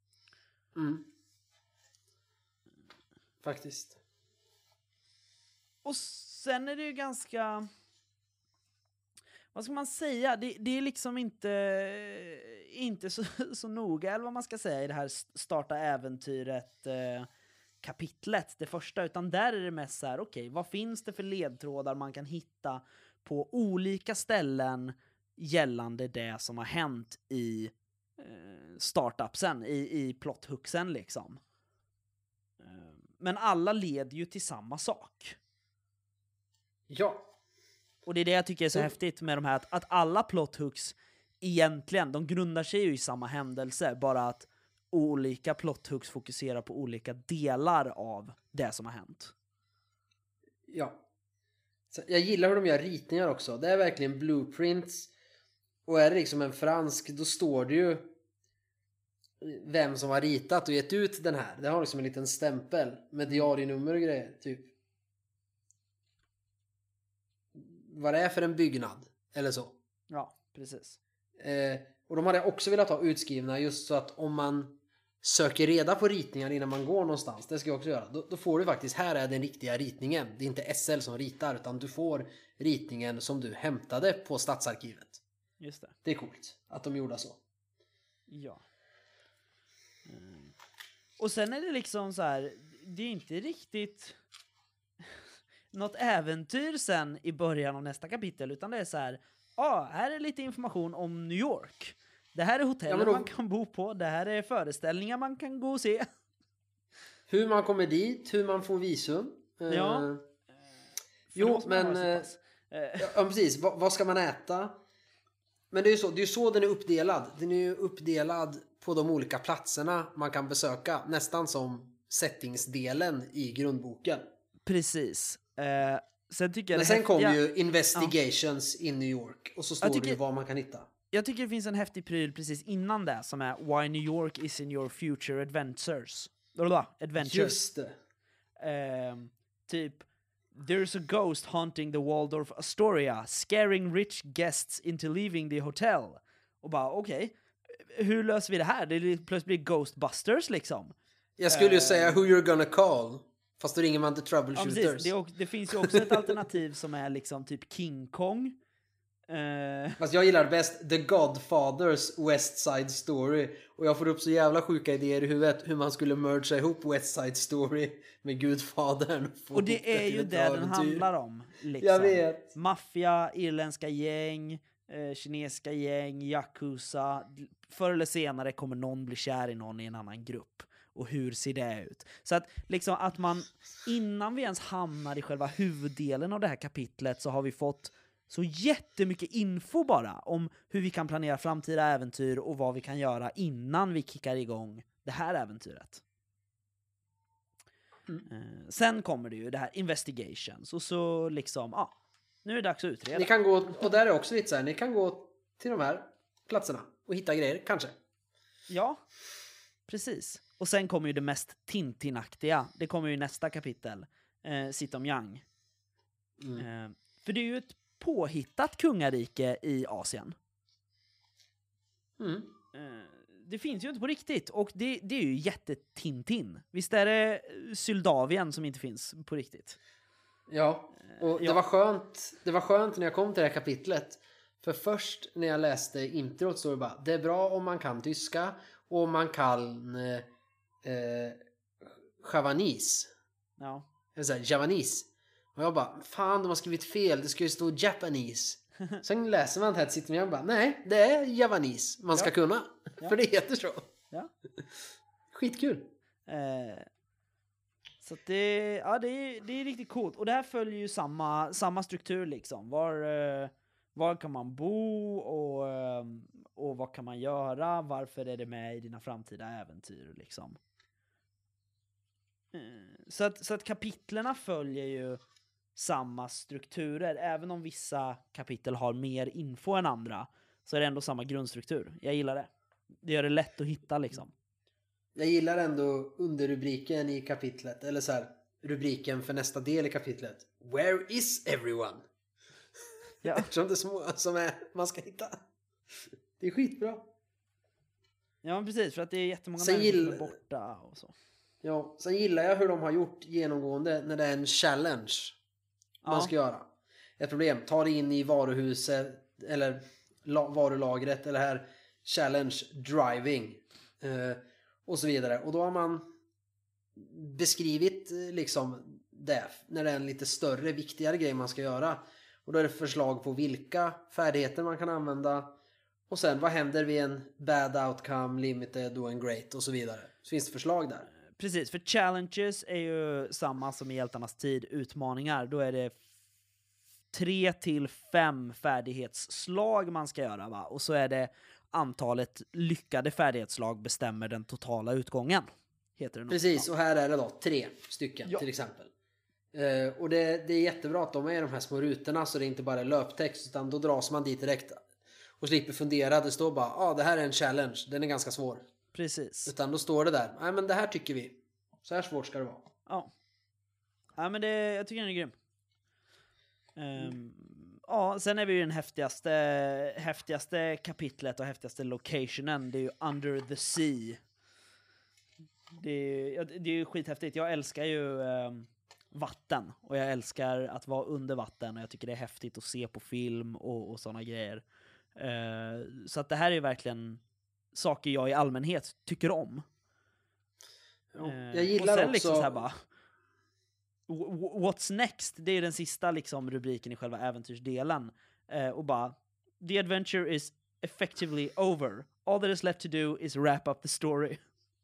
Faktiskt. Och sen är det ju ganska... Vad ska man säga? Det är liksom inte så noga, eller vad man ska säga, i det här starta äventyret kapitlet, det första, utan där är det mest så här, okej, vad finns det för ledtrådar man kan hitta på olika ställen gällande det som har hänt i startupsen, i plotthuxen liksom. Men alla leder ju till samma sak. Ja. Och det är det jag tycker är så häftigt med de här, att alla plothooks egentligen, de grundar sig ju i samma händelse, bara att olika plothooks fokuserar på olika delar av det som har hänt. Ja. Så jag gillar hur de gör ritningar också. Det är verkligen blueprints. Och är det liksom en fransk, då står det ju vem som har ritat och gett ut den här. Det har liksom en liten stämpel med diarienummer och grejer, typ. Vad det är för en byggnad, eller så. Ja, precis. Och de hade också velat ha utskrivna just så att om man söker reda på ritningar innan man går någonstans, det ska jag också göra, då får du faktiskt, här är den riktiga ritningen. Det är inte SL som ritar, utan du får ritningen som du hämtade på Stadsarkivet. Just det. Det är coolt att de gjorde så. Ja. Och sen är det liksom så här, det är inte riktigt något äventyr sen i början av nästa kapitel, utan det är så här, här är lite information om New York. Det här är hotellet man kan bo på, det här är föreställningar man kan gå och se. Hur man kommer dit, hur man får visum. Ja. Jo, men ja, precis, vad ska man äta? Men det är ju så den är uppdelad. Den är ju uppdelad på de olika platserna man kan besöka, nästan som settingsdelen i grundboken. Precis. Sen tycker jag men sen kommer ju Investigations in New York, och så står det ju vad man kan hitta. Jag tycker det finns en häftig pryl precis innan det som är Why New York is in your future adventures. Just det. Typ There's a ghost haunting the Waldorf Astoria, scaring rich guests into leaving the hotel. Och bara okej, hur löser vi det här? Det plötsligt blir Ghostbusters liksom. Jag skulle ju säga Who You're Gonna Call, fast då ringer man till Troubleshooters. Ja, det finns ju också ett alternativ som är liksom typ King Kong. Fast jag gillar bäst The Godfathers West Side Story. Och jag får upp så jävla sjuka idéer i huvudet hur man skulle mergea ihop West Side Story med Gudfadern. Och det är ju det den handlar om. Liksom. Jag vet. Maffia, irländska gäng, kinesiska gäng, yakuza. Förr eller senare kommer någon bli kär i någon i en annan grupp. Och hur ser det ut? Så att, liksom, att man, innan vi ens hamnar i själva huvuddelen av det här kapitlet, så har vi fått så jättemycket info bara om hur vi kan planera framtida äventyr och vad vi kan göra innan vi kickar igång det här äventyret. Sen kommer det ju det här Investigations, och så liksom, nu är det dags att utreda. Ni kan gå, och där är också lite så här, ni kan gå till de här platserna och hitta grejer, kanske. Ja, precis. Och sen kommer ju det mest Tintin-aktiga. Det kommer ju i nästa kapitel. Sitom Yang. För det är ju ett påhittat kungarike i Asien. Det finns ju inte på riktigt. Och det är ju jättetintin. Visst är det Syldavien som inte finns på riktigt? Ja, och det var skönt när jag kom till det här kapitlet. För först när jag läste introt så var det bara, det är bra om man kan tyska och om man kan Javanese. Ja. Eller så här, Javanese. Och jag bara, fan, de har skrivit fel. Det ska ju stå Japanese. Sen läser man det här, sitter man och bara, nej, det är Javanese man ska kunna. Ja. För det heter så. Ja. Skitkul. Så att det är riktigt coolt. Och det här följer ju samma struktur liksom. Var kan man bo och vad kan man göra? Varför är det med i dina framtida äventyr liksom? Så att kapitlerna följer ju samma strukturer. Även om vissa kapitel har mer info än andra, så är det ändå samma grundstruktur. Jag gillar det. Det gör det lätt att hitta liksom. Jag gillar ändå underrubriken i kapitlet, eller så här, rubriken för nästa del i kapitlet. Where is everyone? Ja. Eftersom det är små som man ska hitta. Det är skitbra. Ja, men precis, för att det är jättemånga människor som är borta och så. Ja, sen gillar jag hur de har gjort genomgående när det är en challenge man ska göra. Ett problem, ta dig in i varuhuset eller varulagret, eller här challenge driving och så vidare. Och då har man beskrivit liksom det, när det är en lite större, viktigare grej man ska göra. Och då är det förslag på vilka färdigheter man kan använda. Och sen vad händer vid en bad outcome, limited och en great och så vidare. Så finns det förslag där. Precis, för challenges är ju samma som i Hjältarnas tid. Utmaningar, då är det 3 till 5 färdighetsslag man ska göra, va? Och så är det antalet lyckade färdighetsslag bestämmer den totala utgången. Heter det. Precis, och här är det då 3 stycken till exempel. Och det är jättebra att de är de här små rutorna så det inte bara är löptext utan då dras man dit direkt och slipper fundera. Det står bara, det här är en challenge, den är ganska svår. Precis. Utan då står det där, nej men det här tycker vi. Så här svårt ska det vara. Ja. Ja, men jag tycker den är grym. Ja, sen är vi ju den häftigaste kapitlet och häftigaste locationen. Det är ju Under the Sea. Det är ju skithäftigt. Jag älskar ju vatten. Och jag älskar att vara under vatten. Och jag tycker det är häftigt att se på film och sådana grejer. Så att det här är ju verkligen saker jag i allmänhet tycker om. Jag gillar och sen också... liksom så här bara... What's next? Det är den sista liksom rubriken i själva äventyrsdelen. Och bara, the adventure is effectively over. All that is left to do is wrap up the story.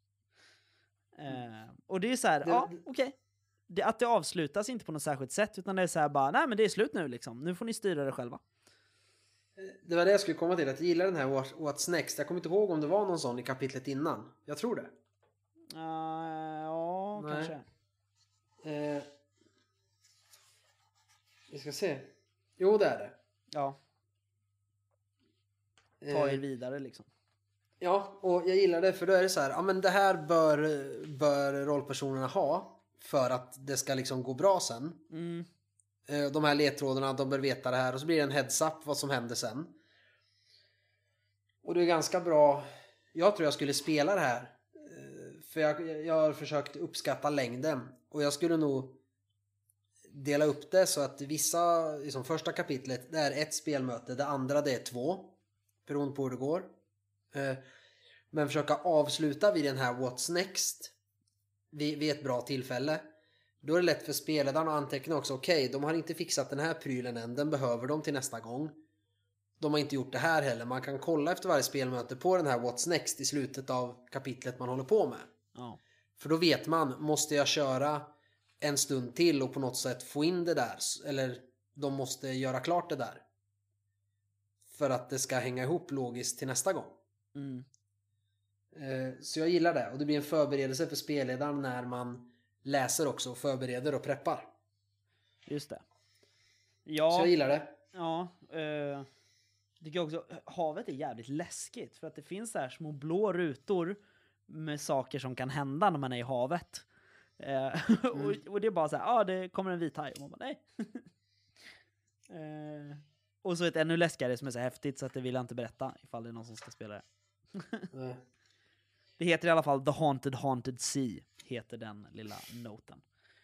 Och det är så här, okej. Att det avslutas inte på något särskilt sätt, utan det är så här bara, nej men det är slut nu liksom. Nu får ni styra det själva. Det var det jag skulle komma till, att jag gillar den här What's next. Jag kommer inte ihåg om det var någon sån i kapitlet innan. Jag tror det. Ja, nej. Kanske. Vi ska se. Jo, det är det. Ja. Ta er vidare liksom. Ja, och jag gillar det för då är det så här, ja men det här bör rollpersonerna ha för att det ska liksom gå bra sen. De här ledtrådarna, de bör veta det här och så blir det en heads up vad som händer sen. Och det är ganska bra. Jag tror jag skulle spela det här för jag har försökt uppskatta längden och jag skulle nog dela upp det så att vissa, liksom första kapitlet det är ett spelmöte, det andra det är 2 beroende på hur det går. Men försöka avsluta vid den här What's next vid ett bra tillfälle. Då är det lätt för spelledaren att anteckna också, okej, de har inte fixat den här prylen än, den behöver de till nästa gång. De har inte gjort det här heller. Man kan kolla efter varje spelmöte på den här What's next i slutet av kapitlet man håller på med. Ja. För då vet man, måste jag köra en stund till och på något sätt få in det där, eller de måste göra klart det där för att det ska hänga ihop logiskt till nästa gång. Så jag gillar det och det blir en förberedelse för spelledaren när man läser också och förbereder och preppar. Just det. Ja, så jag gillar det. Ja, tycker jag också, havet är jävligt läskigt för att det finns så här små blå rutor med saker som kan hända när man är i havet. Och det är bara så här, det kommer en vit haj och man bara, nej. Och så ett ännu läskigare som är så häftigt så att det vill jag inte berätta ifall det är någon som ska spela det. Det heter i alla fall The Haunted Sea heter den lilla noten.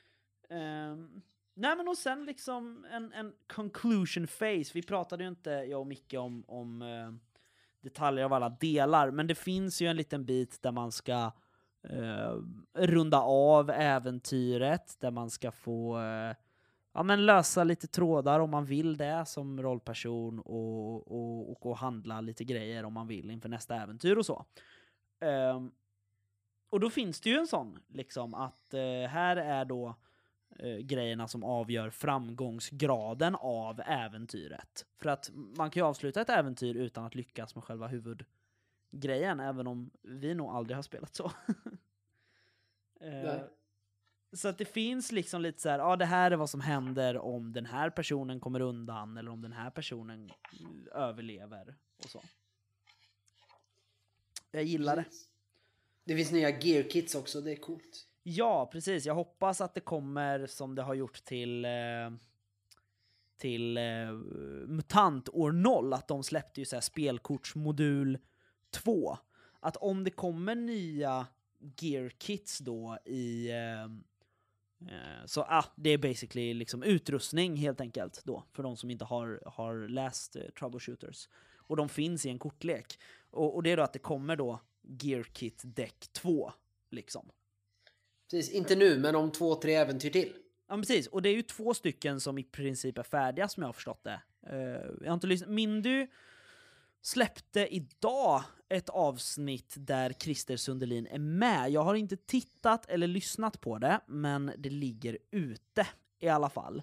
Nej men och sen liksom en conclusion phase. Vi pratade ju inte, jag och Micke, om detaljer av alla delar, men det finns ju en liten bit där man ska runda av äventyret, där man ska få lösa lite trådar om man vill det som rollperson och handla lite grejer om man vill inför nästa äventyr och så. Och då finns det ju en sån liksom att här är då grejerna som avgör framgångsgraden av äventyret. För att man kan ju avsluta ett äventyr utan att lyckas med själva huvudgrejen, även om vi nog aldrig har spelat så. Så att det finns liksom lite så här, det här är vad som händer om den här personen kommer undan eller om den här personen överlever och så. Jag gillar det. Det finns nya gear kits också, det är coolt. Ja, precis. Jag hoppas att det kommer som det har gjort till Mutant år 0, att de släppte ju så här spelkortsmodul 2. Att om det kommer nya gear kits då i det är basically liksom utrustning helt enkelt då för de som inte har läst Troubleshooters. Och de finns i en kortlek. Och det är då att det kommer då Gear Kit Deck 2 liksom. Precis, inte nu men om 2-3 äventyr till. Ja, precis. Och det är ju 2 stycken som i princip är färdiga som jag har förstått det. Jag har inte lyssnat. Mindy släppte idag ett avsnitt där Christer Sundelin är med. Jag har inte tittat eller lyssnat på det, men det ligger ute i alla fall.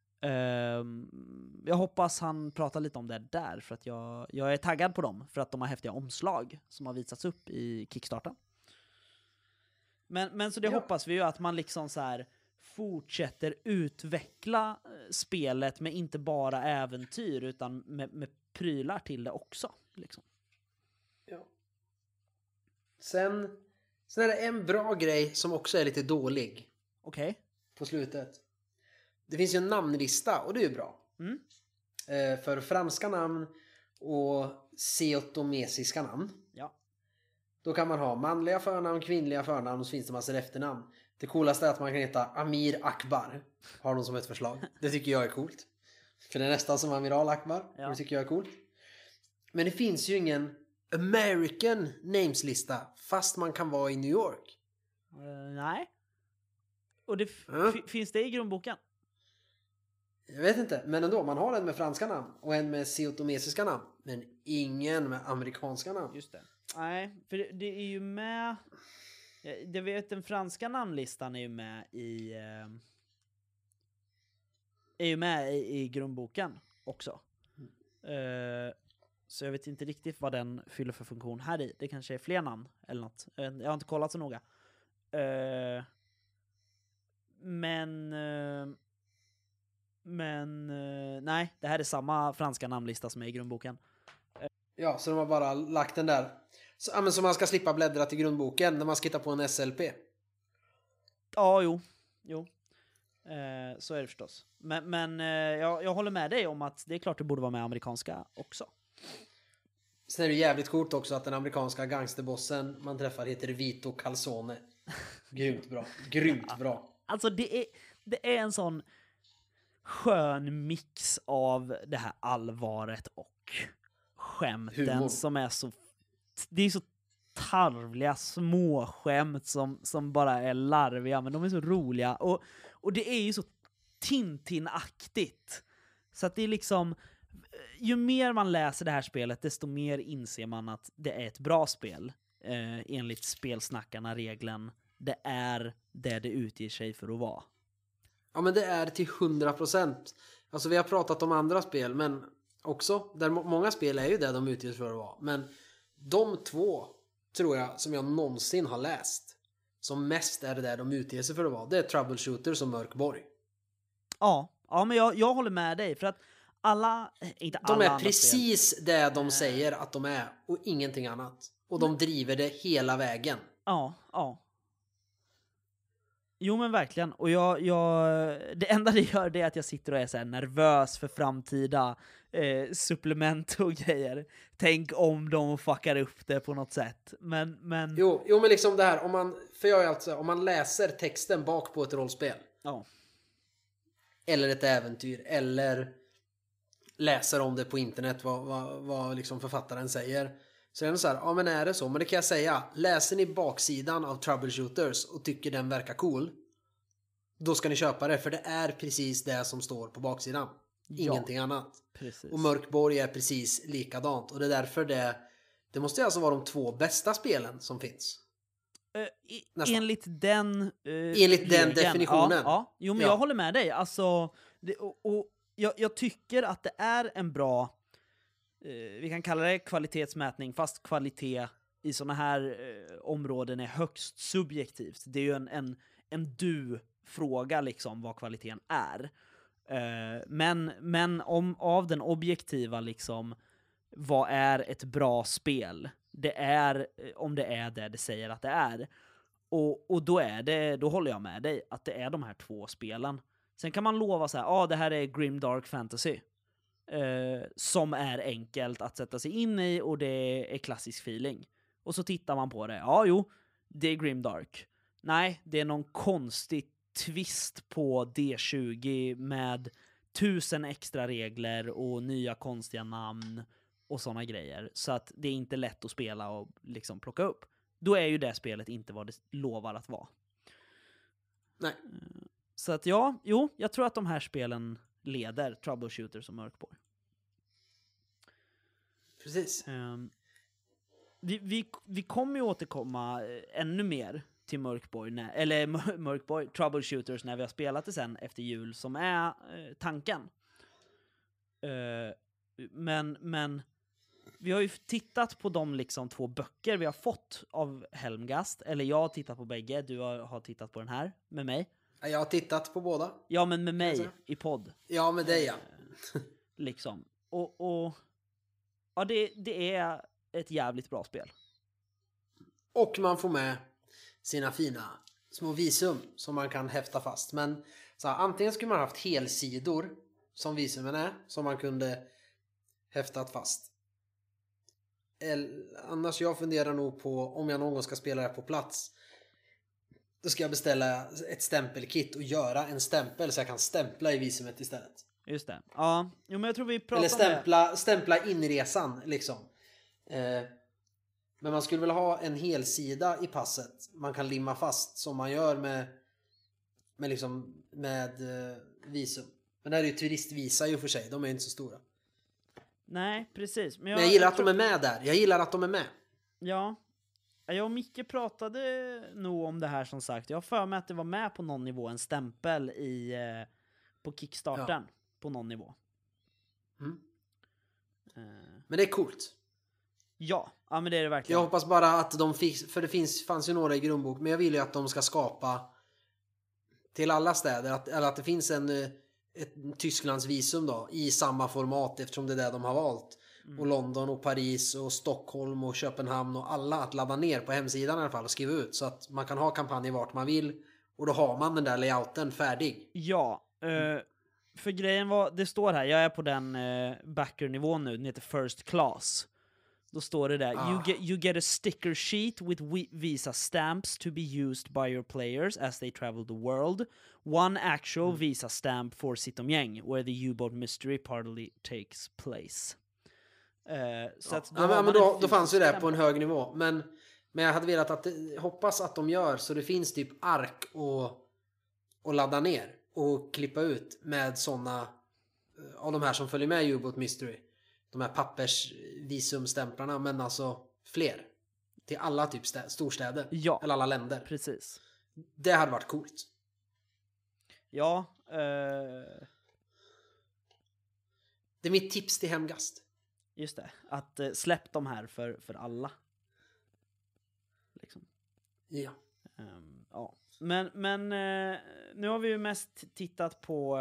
Jag hoppas han pratar lite om det där för att jag är taggad på dem för att de har häftiga omslag som har visats upp i Kickstarter. Men så det hoppas vi ju att man liksom så här fortsätter utveckla spelet med inte bara äventyr utan med prylar till det också. Liksom. Ja. Sen är det en bra grej som också är lite dålig. Okej. På slutet. Det finns ju en namnlista och det är ju bra. För franska namn och seotomesiska namn. Ja. Då kan man ha manliga förnamn, kvinnliga förnamn och så finns det massor efternamn. Det coolaste är att man kan heta Amir Akbar. Har någon som ett förslag. Det tycker jag är coolt. För det är nästan som Amiral Akbar. Ja. Det tycker jag är coolt. Men det finns ju ingen American names-lista fast man kan vara i New York. Nej. Och det finns det i grundboken? Jag vet inte, men ändå. Man har en med franska namn och en med seotomesiska namn. Men ingen med amerikanska namn. Just det. Nej, för det är ju med... Jag vet, den franska namnlistan är ju med i grundboken också. Så jag vet inte riktigt vad den fyller för funktion här i. Det kanske är fler namn eller något. Jag har inte kollat så noga. Men nej, det här är samma franska namnlista som är i grundboken. Ja, så de har bara lagt den där. Så man ska slippa bläddra till grundboken när man ska hitta på en SLP. Ja, jo. Så är det förstås. Men jag håller med dig om att det är klart det borde vara med amerikanska också. Sen är det jävligt coolt också att den amerikanska gangsterbossen man träffar heter Vito Calzone. Grymt bra. Alltså det är en sån skön mix av det här allvaret och skämten humor. Som är så... Det är så tarvliga små skämt som bara är larviga, men de är så roliga. Och det är ju så Tintin-aktigt. Så att det är liksom... Ju mer man läser det här spelet, desto mer inser man att det är ett bra spel. Enligt spelsnackarna regeln. Det är det utger sig för att vara. Ja, men det är till 100%. Alltså vi har pratat om andra spel, men också, där många spel är ju det de utger sig för att vara. Men de två, tror jag, som jag någonsin har läst, som mest är det där de utger sig för att vara, det är Troubleshooters och Mörkborg. Ja, men jag håller med dig, för att de är precis det de säger att de är och ingenting annat. Och de driver det hela vägen. Ja. Jo, men verkligen. Och det enda det gör det är att jag sitter och är så här nervös för framtida supplement och grejer. Tänk om de fuckar upp det på något sätt. Men... Jo, men liksom det här, om man läser texten bak på ett rollspel. Ja. Eller ett äventyr, eller läser om det på internet, vad liksom författaren säger. Så är det så här, ja men är det så? Men det kan jag säga, läser ni baksidan av Troubleshooters och tycker den verkar cool, då ska ni köpa det, för det är precis det som står på baksidan. Ingenting annat. Precis. Och Mörkborg är precis likadant. Och det är därför det måste alltså vara de två bästa spelen som finns. Enligt den definitionen. Ja. Jo, men jag håller med dig. Alltså, jag tycker att det är en bra, vi kan kalla det kvalitetsmätning, fast kvalitet i såna här områden är högst subjektivt. Det är ju en du-fråga liksom vad kvaliteten är. Men av den objektiva liksom, vad är ett bra spel? Det är om det är det säger att det är. Och då håller jag med dig att det är de här två spelen. Sen kan man lova så här, det här är Grim Dark Fantasy. Som är enkelt att sätta sig in i och det är klassisk feeling. Och så tittar man på det. Det är Grim Dark. Nej, det är någon konstig twist på D20 med 1000 extra regler och nya konstiga namn och såna grejer. Så att det är inte lätt att spela och liksom plocka upp. Då är ju det spelet inte vad det lovar att vara. Nej. Så att jag tror att de här spelen leder Troubleshooters och Mörkborg. Precis. Vi kommer ju återkomma ännu mer till Mörkborg, Troubleshooters när vi har spelat det sen efter jul, som är tanken. Men vi har ju tittat på de liksom 2 böcker vi har fått av Helmgast. Eller jag har tittat på bägge, du har tittat på den här med mig. Jag har tittat på båda. Ja, men med mig i podd. Ja, med dig ja. Liksom. Och ja, det är ett jävligt bra spel. Och man får med sina fina små visum som man kan häfta fast. Men så här, antingen skulle man haft helsidor som visumen är, som man kunde häftat fast. Annars jag funderar nog på, om jag någon gång ska spela det här på plats, då ska jag beställa ett stämpelkit och göra en stämpel så jag kan stämpla i visumet istället. Just det. Ja, jo, men jag tror vi pratar eller stämpla inresan liksom. Men man skulle väl ha en hel sida i passet man kan limma fast som man gör med visum. Men det här är ju turistvisa i och för sig, de är inte så stora. Nej, precis. Men jag gillar att de är med där. Jag gillar att de är med. Ja. Jag och Micke pratade nog om det här som sagt. Jag har för mig att det var med på någon nivå, en stämpel på Kickstarten på någon nivå. Men det är coolt. Ja, men det är det verkligen. Jag hoppas bara att de fick, för det fanns ju några i grundbok, men jag vill ju att de ska skapa till alla städer, eller att det finns ett Tysklands visum då i samma format, eftersom det är det de har valt. Och London och Paris och Stockholm och Köpenhamn och alla att ladda ner på hemsidan i alla fall och skriva ut så att man kan ha kampanjer vart man vill och då har man den där layouten färdig. Ja, för grejen var, det står här, jag är på den backer-nivån nu, den heter First Class. Då står det där, you get a sticker sheet with visa stamps to be used by your players as they travel the world. One actual visa stamp for Sittomgäng, where the U-boat mystery partly takes place. Så att då fanns ju det på en hög nivå. Men jag hade velat att hoppas att de gör så det finns typ ark och ladda ner och klippa ut med såna av de här som följer med U-boat mystery. De här pappersvisumstämplarna, men alltså fler. Till alla typ storstäder. Ja, eller alla länder. Precis. Det hade varit coolt. Ja. Det är mitt tips till Hemgast. Just det. Att släpp de här för alla. Liksom. Ja. Ja. Men nu har vi ju mest tittat på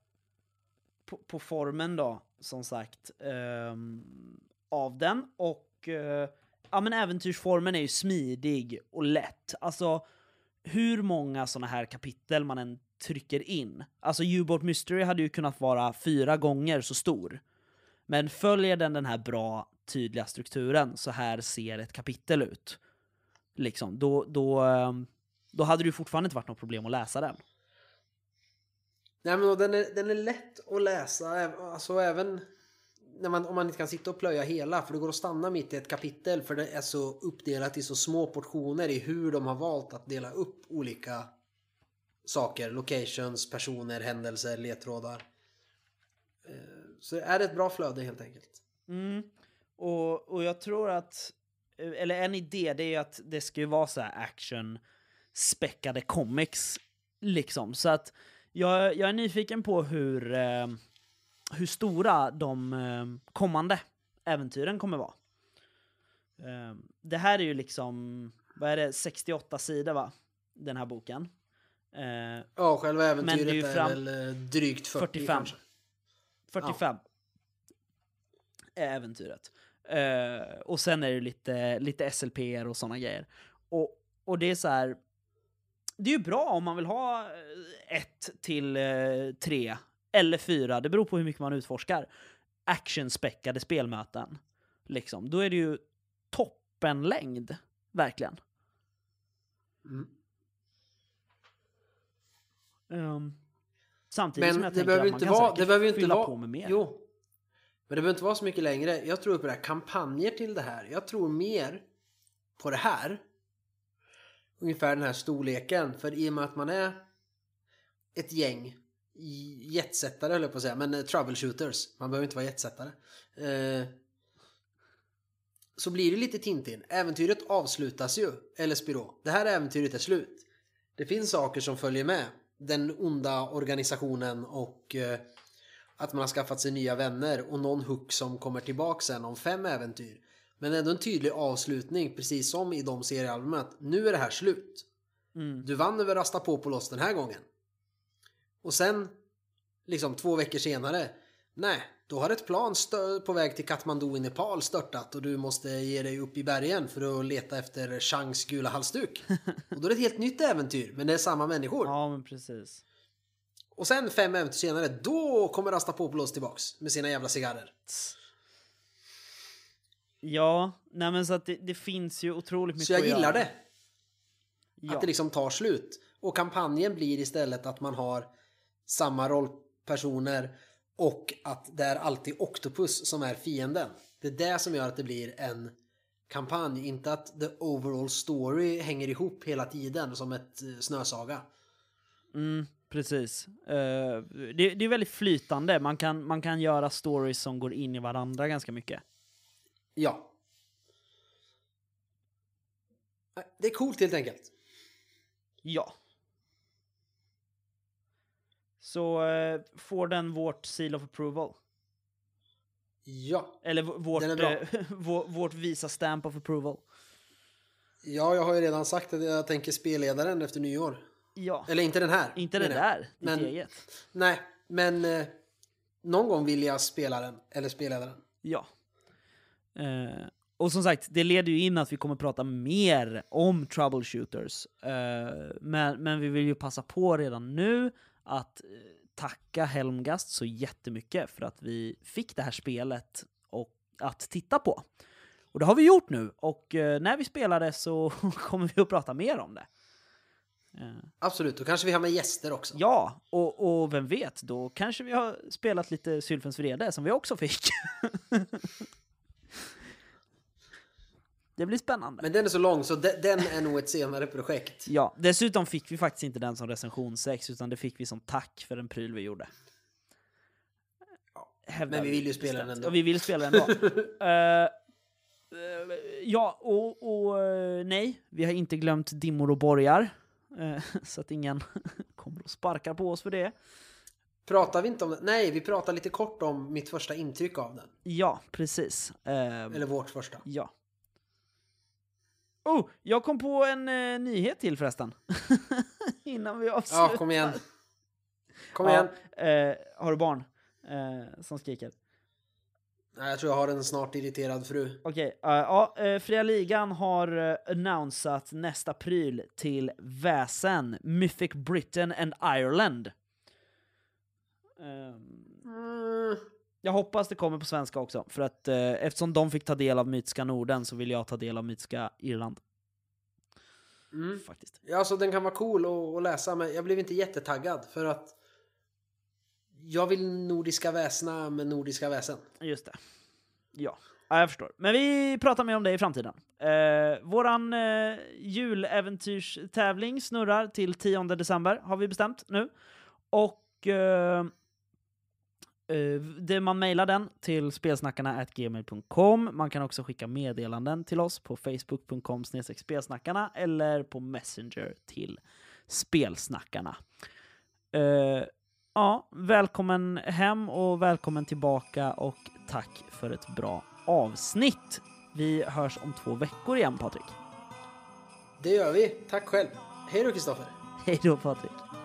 formen då, som sagt, av den. Och men äventyrsformen är ju smidig och lätt. Alltså, hur många såna här kapitel man än trycker in. Alltså, U-boat mystery hade ju kunnat vara 4 gånger så stor. Men följer den här bra, tydliga strukturen, så här ser ett kapitel ut. Liksom, då hade det ju fortfarande inte varit något problem att läsa den. Nej, men den är lätt att läsa, alltså även om man inte kan sitta och plöja hela, för det går att stanna mitt i ett kapitel, för det är så uppdelat i så små portioner i hur de har valt att dela upp olika saker, locations, personer, händelser, ledtrådar. Så är det ett bra flöde helt enkelt. Och jag tror att, eller en idé, det är att det ska ju vara så här action-späckade comics liksom, så att jag är nyfiken på hur stora de kommande äventyren kommer vara. Det här är ju liksom, vad är det, 68 sidor va? Den här boken. Ja, själva äventyret är väl drygt 40 kanske. 45 är äventyret. Och sen är det lite SLPR och såna grejer. Och det är så här, det är ju bra om man vill ha 1 till 3 eller 4, det beror på hur mycket man utforskar, actionspäckade spelmöten. Liksom. Då är det ju toppenlängd, verkligen. Samtidigt men som jag det tänker behöver att man inte kan vara, det behöver inte fylla vara, på med mer. Jo. Men det behöver inte vara så mycket längre. Jag tror på det här kampanjer till det här. Jag tror mer på det här. Ungefär den här storleken. För i och med att man är ett gäng jetsättare, eller på att säga, men troubleshooters. Man behöver inte vara jetsättare. Så blir det lite Tintin. Äventyret avslutas ju. Eller Spirou. Det här äventyret är slut. Det finns saker som följer med. Den onda organisationen och att man har skaffat sig nya vänner och någon hook som kommer tillbaka sen om 5 äventyr. Men ändå en tydlig avslutning, precis som i de seriealbumet. Nu är det här slut. Du vann över Rastapopoulos den här gången. Och sen, liksom 2 veckor senare, nej, då har ett plan på väg till Kathmandu i Nepal störtat och du måste ge dig upp i bergen för att leta efter Changs gula halsduk. Och då är det ett helt nytt äventyr, men det är samma människor. Ja, men precis. Och sen 5 äventyr senare, då kommer Rastapopoulos tillbaks med sina jävla cigarrer. Ja, nej men så att det finns ju otroligt mycket Så jag att göra. gillar det. Ja. Att det liksom tar slut. Och kampanjen blir istället att man har samma rollpersoner och att det är alltid Octopus som är fienden. Det är det som gör att det blir en kampanj. Inte att the overall story hänger ihop hela tiden som ett snösaga. Precis. Det är väldigt flytande. Man kan göra stories som går in i varandra ganska mycket. Ja. Det är coolt helt enkelt. Ja. Så får den vårt seal of approval. Ja. Eller Den är bra. vårt visa stamp of approval. Ja, jag har ju redan sagt att jag tänker spelledaren efter nyår. Ja. Eller inte den här. Inte det där, ditt men, eget. Nej, men någon gång vill jag spela den. Eller spelledaren. Ja. Och som sagt, det leder ju in att vi kommer prata mer om troubleshooters. Men vi vill ju passa på redan nu att tacka Helmgast så jättemycket för att vi fick det här spelet och att titta på. Och det har vi gjort nu. Och när vi spelar det så kommer vi att prata mer om det. Absolut, då kanske vi har med gäster också. Ja, och vem vet, då kanske vi har spelat lite Sylfens vrede som vi också fick. Det blir spännande. Men den är så lång så den är nog ett senare projekt. Ja, dessutom fick vi faktiskt inte den som recension 6 utan det fick vi som tack för en pryl vi gjorde. Men vi vill ju spela den ändå. Ja, vi vill spela den ändå. Ja, och nej, vi har inte glömt dimmor och borgar. Så att ingen kommer och sparkar på oss för det. Pratar vi inte om det? Nej, vi pratar lite kort om mitt första intryck av den. Ja, precis. Eller vårt första. Ja. Oh, jag kom på en nyhet till förresten. Innan vi avslutar. Ja, kom igen. Kom igen. Har du barn som skriker? Nej, jag tror jag har en snart irriterad fru. Okej, Fria Ligan har annonsat nästa pryl till Väsen, Mythic Britain and Ireland. Jag hoppas det kommer på svenska också, för att eftersom de fick ta del av Mytiska Norden så vill jag ta del av Mytiska Irland. Faktiskt. Ja, så den kan vara cool att läsa, men jag blev inte jättetaggad för att jag vill nordiska väsna med nordiska väsen. Just det. Ja, jag förstår. Men vi pratar mer om det i framtiden. Våran juläventyrstävling snurrar till 10 december, har vi bestämt nu. Och man mejlar den till spelsnackarna@gmail.com. Man kan också skicka meddelanden till oss på facebook.com/spelsnackarna eller på Messenger till spelsnackarna. Ja, välkommen hem och välkommen tillbaka och tack för ett bra avsnitt. Vi hörs om 2 veckor igen, Patrik. Det gör vi. Tack själv. Hej då, Kristoffer. Hej då, Patrik.